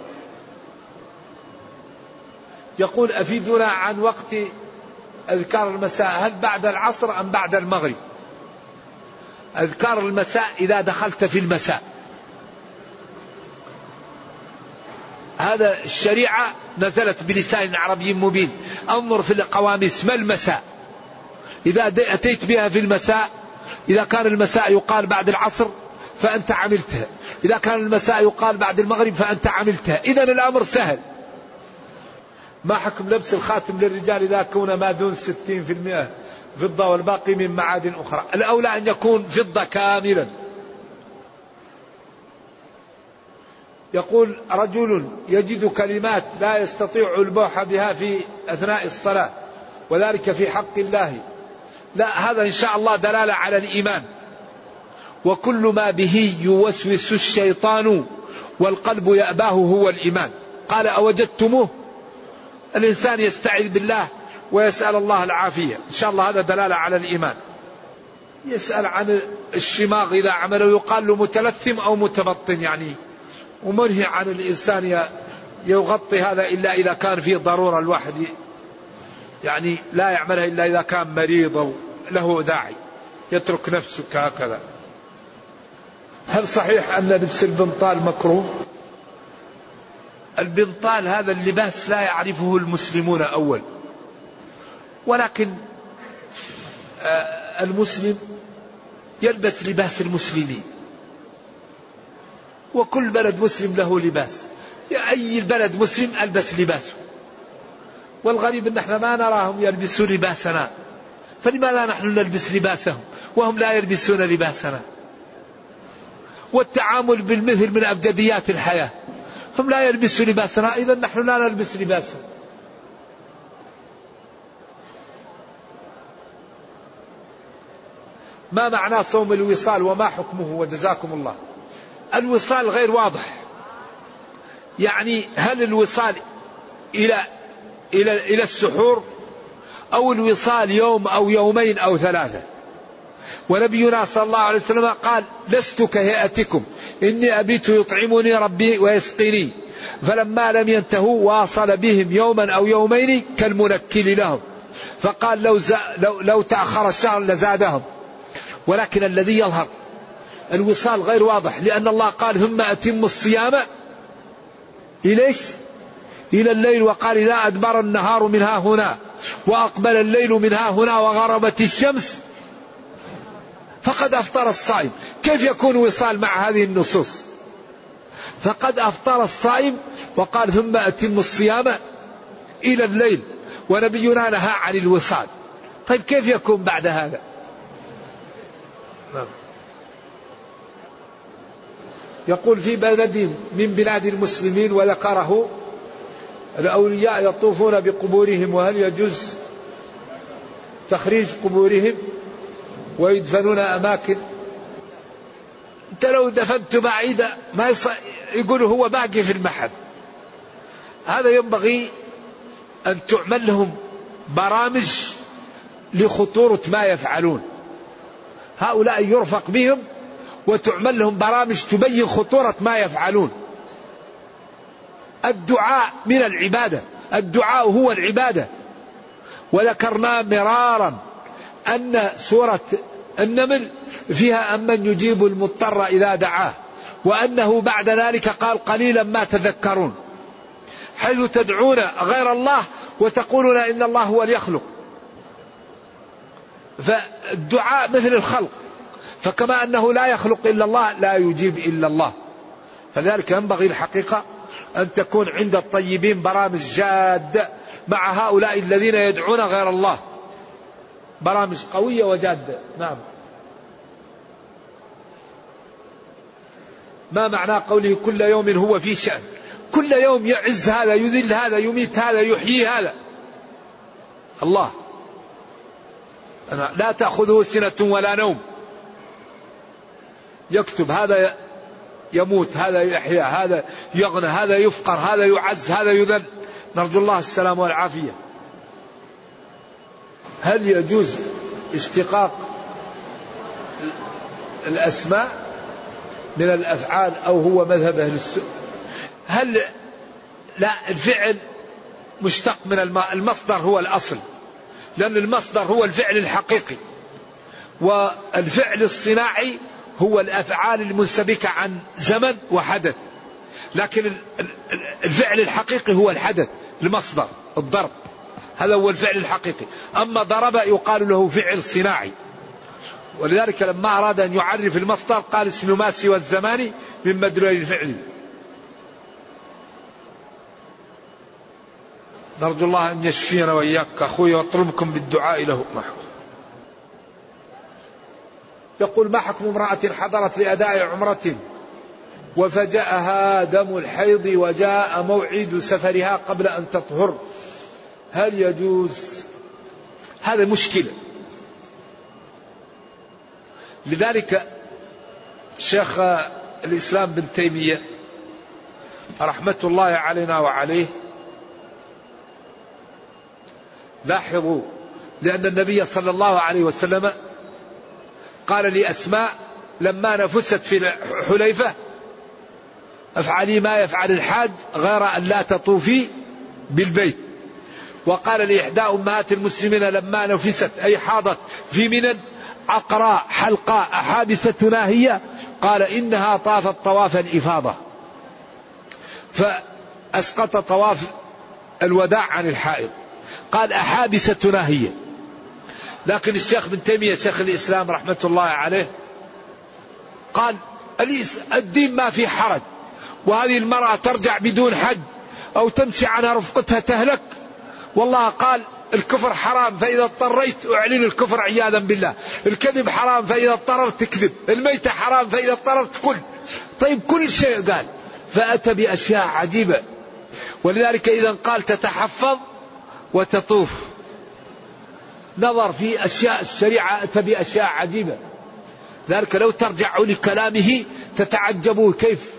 يقول أفيدنا عن وقت أذكار المساء، هل بعد العصر أم بعد المغرب؟ أذكار المساء إذا دخلت في المساء. هذا الشريعة نزلت بلسان عربي مبين. انظر في القواميس ما المساء. إذا أتيت بها في المساء، إذا كان المساء يقال بعد العصر فأنت عملتها، إذا كان المساء يقال بعد المغرب فأنت عملتها. إذن الأمر سهل. ما حكم لبس الخاتم للرجال إذا كون ما دون 60% فضة والباقي من معادن أخرى؟ الأولى أن يكون فضة كاملا. يقول رجل يجد كلمات لا يستطيع البوح بها في أثناء الصلاة وذلك في حق الله، لا، هذا إن شاء الله دلالة على الإيمان. وكل ما به يوسوس الشيطان والقلب يأباه هو الإيمان. قال أوجدتموه؟ الإنسان يستعيذ بالله ويسأل الله العافية، إن شاء الله هذا دلالة على الإيمان. يسأل عن الشماغ إذا عمله يقال له متلثم أو متبطن، يعني ومنهي عن الإنسان يغطي هذا إلا إذا كان فيه ضرورة، الواحد يعني لا يعملها إلا إذا كان مريض أو له داعي، يترك نفسه هكذا. هل صحيح أن لبس البنطال مكروه؟ البنطال هذا اللباس لا يعرفه المسلمون أول، ولكن المسلم يلبس لباس المسلمين، وكل بلد مسلم له لباس. أي بلد مسلم ألبس لباسه، والغريب أن احنا ما نراهم يلبسوا لباسنا، فلماذا نحن نلبس لباسهم وهم لا يلبسون لباسنا؟ والتعامل بالمثل من أبجديات الحياة، هم لا يلبسوا لباسنا إذا نحن لا نلبس لباسهم. ما معنى صوم الوصال وما حكمه وجزاكم الله؟ الوصال غير واضح، يعني هل الوصال إلى السحور أو الوصال يوم أو يومين أو ثلاثة؟ ونبينا صلى الله عليه وسلم قال لست كهيئتكم إني أبيت يطعمني ربي ويسقيني، فلما لم ينتهوا واصل بهم يوما أو يومين كالمنكل لهم، فقال لو تأخر الشهر لزادهم. ولكن الذي يظهر الوصال غير واضح، لأن الله قال ثم أتم الصيام إلى الليل، وقال إذا أدبر النهار من ها هنا وأقبل الليل من ها هنا وغربت الشمس فقد أفطر الصائم. كيف يكون وصال مع هذه النصوص؟ فقد أفطر الصائم، وقال ثم أتم الصيام إلى الليل، ونبينا نهى عن الوصال. طيب كيف يكون بعد هذا؟ يقول في بلد من بلاد المسلمين وذكره الأولياء يطوفون بقبورهم، وهل يجوز تخريج قبورهم ويدفنون أماكن؟ أنت لو دفنت بعيدة ما يقول هو باقي في المحل. هذا ينبغي أن تعمل لهم برامج لخطورة ما يفعلون، هؤلاء يرفق بهم وتعمل لهم برامج تبين خطورة ما يفعلون. الدعاء من العبادة، الدعاء هو العبادة. وذكرنا مرارا أن سورة النمل فيها أمن يجيب المضطر إذا دعاه، وأنه بعد ذلك قال قليلا ما تذكرون، حيث تدعون غير الله وتقولون إن الله هو يخلق. فالدعاء مثل الخلق، فكما أنه لا يخلق إلا الله لا يجيب إلا الله. فذلك ينبغي الحقيقة أن تكون عند الطيبين برامج جادة مع هؤلاء الذين يدعون غير الله، برامج قوية وجادة. نعم. ما معنى قوله كل يوم هو في شأن؟ كل يوم يعز هذا، يذل هذا، يميت هذا، يحيي هذا. الله لا تأخذه سنة ولا نوم، يكتب هذا يموت، هذا يحيى، هذا يغنى، هذا يفقر، هذا يعز، هذا يذل. نرجو الله السلام والعافية. هل يجوز اشتقاق الأسماء من الأفعال أو هو مذهب أهل السنة؟ هل لا، الفعل مشتق من المصدر هو الأصل، لأن المصدر هو الفعل الحقيقي، والفعل الصناعي هو الأفعال المنسبكة عن زمن وحدث، لكن الفعل الحقيقي هو الحدث، المصدر، الضرب، هذا هو الفعل الحقيقي. أما ضرب يقال له فعل صناعي، ولذلك لما أراد أن يعرف المصدر قال اسم ما سوى الزمان من مدلول الفعل. نرجو الله أن يشفينا وإياك أخوي، واطلبكم بالدعاء له. يقول ما حكم امرأة حضرت لأداء عمرة وفجأها دم الحيض وجاء موعد سفرها قبل أن تطهر، هل يجوز؟ هذا مشكلة. لذلك شيخ الإسلام بن تيمية رحمة الله علينا وعليه لاحظوا، لأن النبي صلى الله عليه وسلم قال لأسماء لما نفست في حليفة افعلي ما يفعل الحاج غير أن لا تطوفي بالبيت. وقال لإحدى أمهات المسلمين لما نفست أي حاضت في منى عقراء حلقاء أحابسة ناهية، قال إنها طافت طواف الإفاضة، فأسقط طواف الوداع عن الحائض، قال أحابسة ناهية. لكن الشيخ بن تيمية شيخ الإسلام رحمة الله عليه قال الدين ما في حرج، وهذه المرأة ترجع بدون حج أو تمشي عنها رفقتها تهلك. والله قال الكفر حرام فإذا اضطريت أعلن الكفر عياذا بالله، الكذب حرام فإذا اضطررت تكذب، الميتة حرام فإذا اضطررت كل. طيب كل شيء قال، فأتى بأشياء عجيبة. ولذلك إذا قال تتحفظ وتطوف، نظر في أشياء الشريعة أتى بأشياء عجيبة. ذلك لو ترجعوا لكلامه تتعجبوا كيف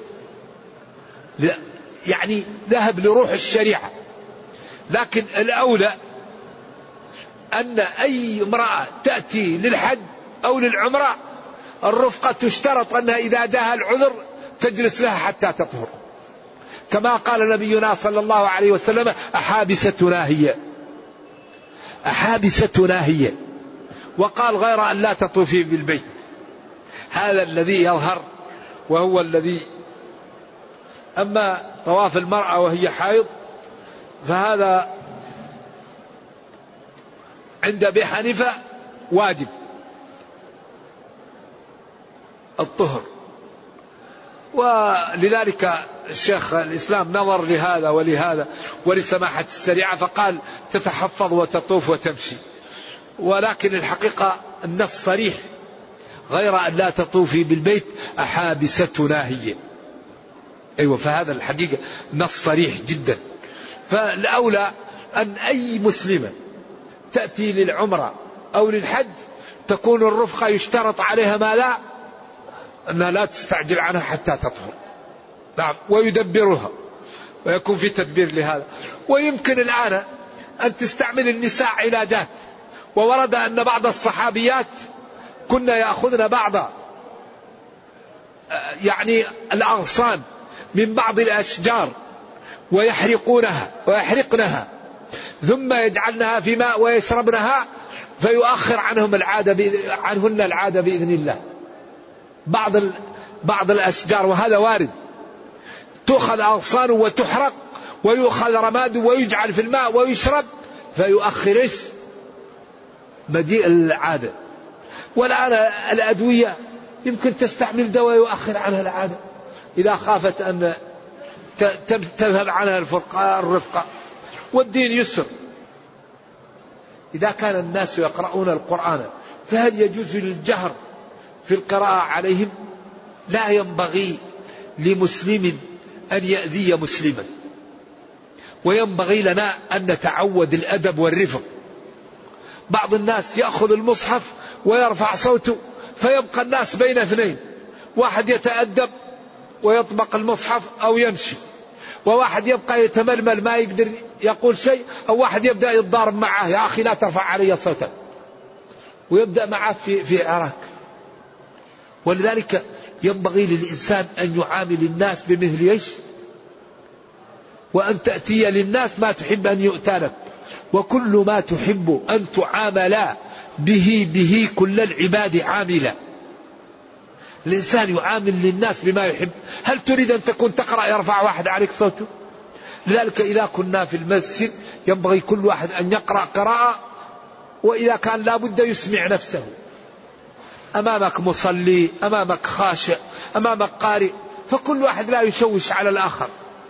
يعني ذهب لروح الشريعة. لكن الأولى أن أي امرأة تأتي للحج أو للعمرة الرفقة تشترط أنها إذا جاءها العذر تجلس لها حتى تطهر، كما قال نبينا صلى الله عليه وسلم أحابستنا هي، أحابستنا هي، وقال غير أن لا تطوفي بالبيت. هذا الذي يظهر وهو الذي. أما طواف المرأة وهي حائض فهذا عند أبي حنيفة واجب الطهر، ولذلك الشيخ الإسلام نظر لهذا ولهذا ولسماحة الشريعة فقال تتحفظ وتطوف وتمشي. ولكن الحقيقة النص صريح غير أن لا تطوفي بالبيت أحابستنا هي. أيوة، فهذا الحقيقة نص صريح جدا. فالأولى أن أي مسلمة تأتي للعمرة أو للحج تكون الرفقة يشترط عليها ما لا أنها لا تستعجل عنها حتى تطهر. نعم، ويدبرها ويكون في تدبير لهذا. ويمكن الآن أن تستعمل النساء علاجات، وورد أن بعض الصحابيات كنا يأخذن بعض يعني الأغصان من بعض الأشجار ويحرقنها ثم يجعلنها في ماء ويشربنها فيؤخر عنهن العادة بإذن الله. بعض الأشجار وهذا وارد تؤخذ أغصان وتحرق ويؤخذ رماد ويجعل في الماء ويشرب فيؤخر مجيء العادة. والآن الأدوية يمكن تستعمل دواء يؤخر عنها العادة إذا خافت أن تذهب عنها الرفقة. والدين يسر. إذا كان الناس يقرؤون القرآن فهل يجوز للجهر في القراءة عليهم؟ لا ينبغي لمسلم أن يأذي مسلما، وينبغي لنا أن نتعود الأدب والرفق. بعض الناس يأخذ المصحف ويرفع صوته فيبقى الناس بين اثنين، واحد يتأدب ويطبق المصحف أو يمشي، وواحد يبقى يتململ ما يقدر يقول شيء، أو واحد يبدأ يتضارب معه يا أخي لا ترفع علي صوتك ويبدأ معه في عراك. ولذلك ينبغي للإنسان أن يعامل الناس بمثل ايش؟ وأن تأتي للناس ما تحب أن يؤتى لك، وكل ما تحب أن تعامل به كل العباد عاملا. الإنسان يعامل للناس بما يحب. هل تريد أن تكون تقرأ يرفع واحد عليك صوته؟ لذلك إذا كنا في المسجد ينبغي كل واحد أن يقرأ قراءة، وإذا كان لابد يسمع نفسه. أمامك مصلي، أمامك خاشع، أمامك قارئ، فكل واحد لا يشوش على الآخر.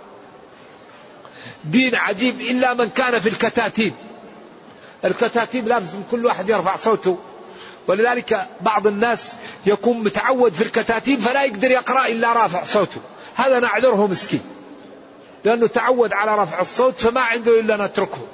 دين عجيب إلا من كان في الكتاتيب. الكتاتيب لازم كل واحد يرفع صوته، ولذلك بعض الناس يكون متعود في الكتاتيب فلا يقدر يقرأ إلا رافع صوته. هذا نعذره مسكين لأنه تعود على رفع الصوت فما عنده إلا نتركه.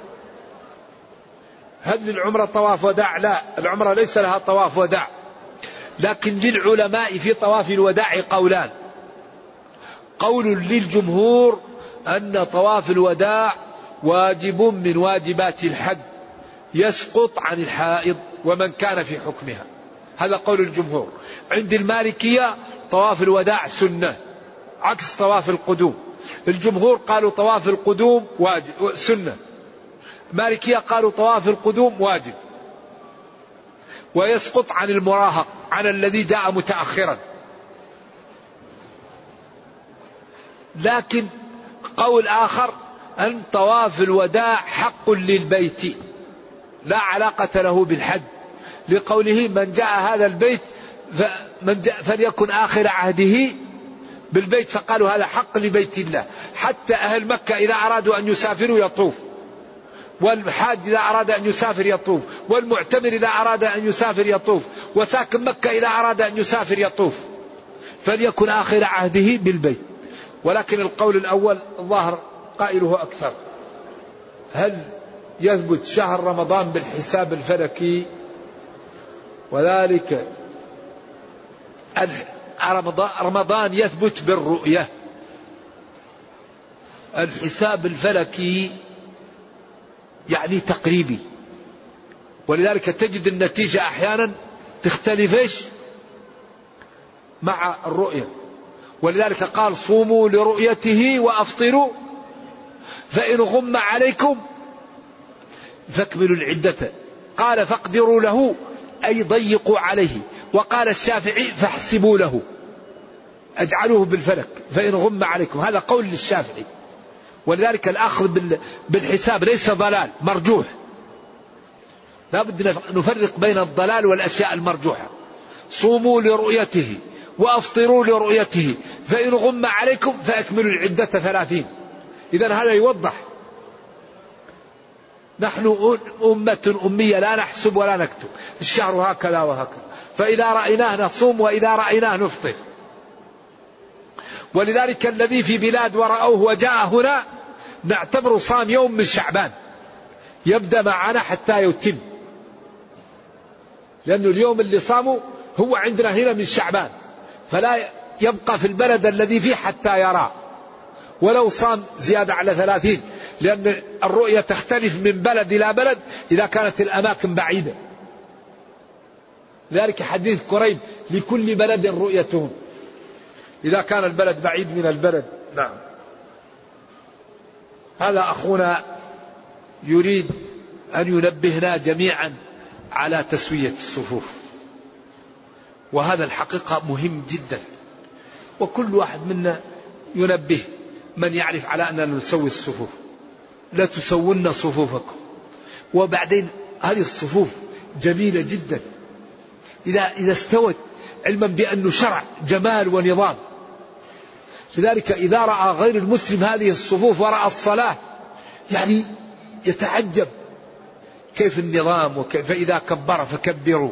هل للعمرة طواف وداع؟ لا، العمرة ليس لها طواف وداع، لكن للعلماء في طواف الوداع قولان. قول للجمهور أن طواف الوداع واجب من واجبات الحج يسقط عن الحائض ومن كان في حكمها، هذا قول الجمهور. عند المالكية طواف الوداع سنة عكس طواف القدوم. الجمهور قالوا طواف القدوم واجب سنة، المالكية قالوا طواف القدوم واجب ويسقط عن المراهق، عن الذي جاء متأخرا. لكن قول آخر أن طواف الوداع حق للبيت لا علاقة له بالحج، لقوله من جاء هذا البيت فليكن آخر عهده بالبيت، فقالوا هذا حق لبيت الله. حتى أهل مكة إذا أرادوا أن يسافروا يطوف، والحاج إذا أراد أن يسافر يطوف، والمعتمر إذا أراد أن يسافر يطوف، وساكن مكة إذا أراد أن يسافر يطوف، فليكن آخر عهده بالبيت. ولكن القول الأول الظاهر قائله أكثر. هل يثبت شهر رمضان بالحساب الفلكي؟ وذلك رمضان يثبت بالرؤية. الحساب الفلكي يعني تقريبي، ولذلك تجد النتيجة أحيانا تختلفش مع الرؤية. ولذلك قال صوموا لرؤيته وأفطروا فإن غم عليكم فاكملوا العدة. قال فاقدروا له أي ضيقوا عليه. وقال الشافعي فاحسبوا له أجعلوه بالفلك فإن غم عليكم. هذا قول للشافعي. ولذلك الأخذ بالحساب ليس ضلال، مرجوح. لا بد نفرق بين الضلال والأشياء المرجوحة. صوموا لرؤيته وأفطروا لرؤيته فإن غم عليكم فأكملوا العدة 30. إذن هذا يوضح نحن أمة أمية لا نحسب ولا نكتب، الشهر هكذا وهكذا، فإذا رأيناه نصوم وإذا رأيناه نفطر. ولذلك الذي في بلاد ورأوه وجاء هنا نعتبر صام يوم من شعبان يبدأ معنا حتى يتم، لأنه اليوم اللي صاموا هو عندنا هنا من شعبان، فلا يبقى في البلد الذي فيه حتى يرى ولو صام زيادة على 30، لأن الرؤية تختلف من بلد إلى بلد إذا كانت الأماكن بعيدة. ذلك حديث قريب لكل بلد رؤيتهم إذا كان البلد بعيد من البلد. نعم. هذا أخونا يريد أن ينبهنا جميعا على تسوية الصفوف، وهذا الحقيقة مهم جدا، وكل واحد منا ينبه من يعرف على أننا نسوي الصفوف. لا تسون صفوفكم. وبعدين هذه الصفوف جميلة جدا إذا استوت، علما بأنه شرع جمال ونظام. لذلك إذا رأى غير المسلم هذه الصفوف ورأى الصلاة يعني يتعجب كيف النظام، وكيف إذا كبر فكبروا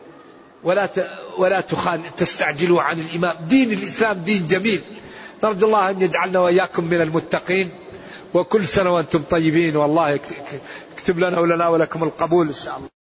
ولا تستعجلوا عن الإمام. دين الإسلام دين جميل. نرجو الله أن يجعلنا وإياكم من المتقين، وكل سنة وأنتم طيبين، والله يكتب لنا ولنا ولكم القبول إن شاء الله.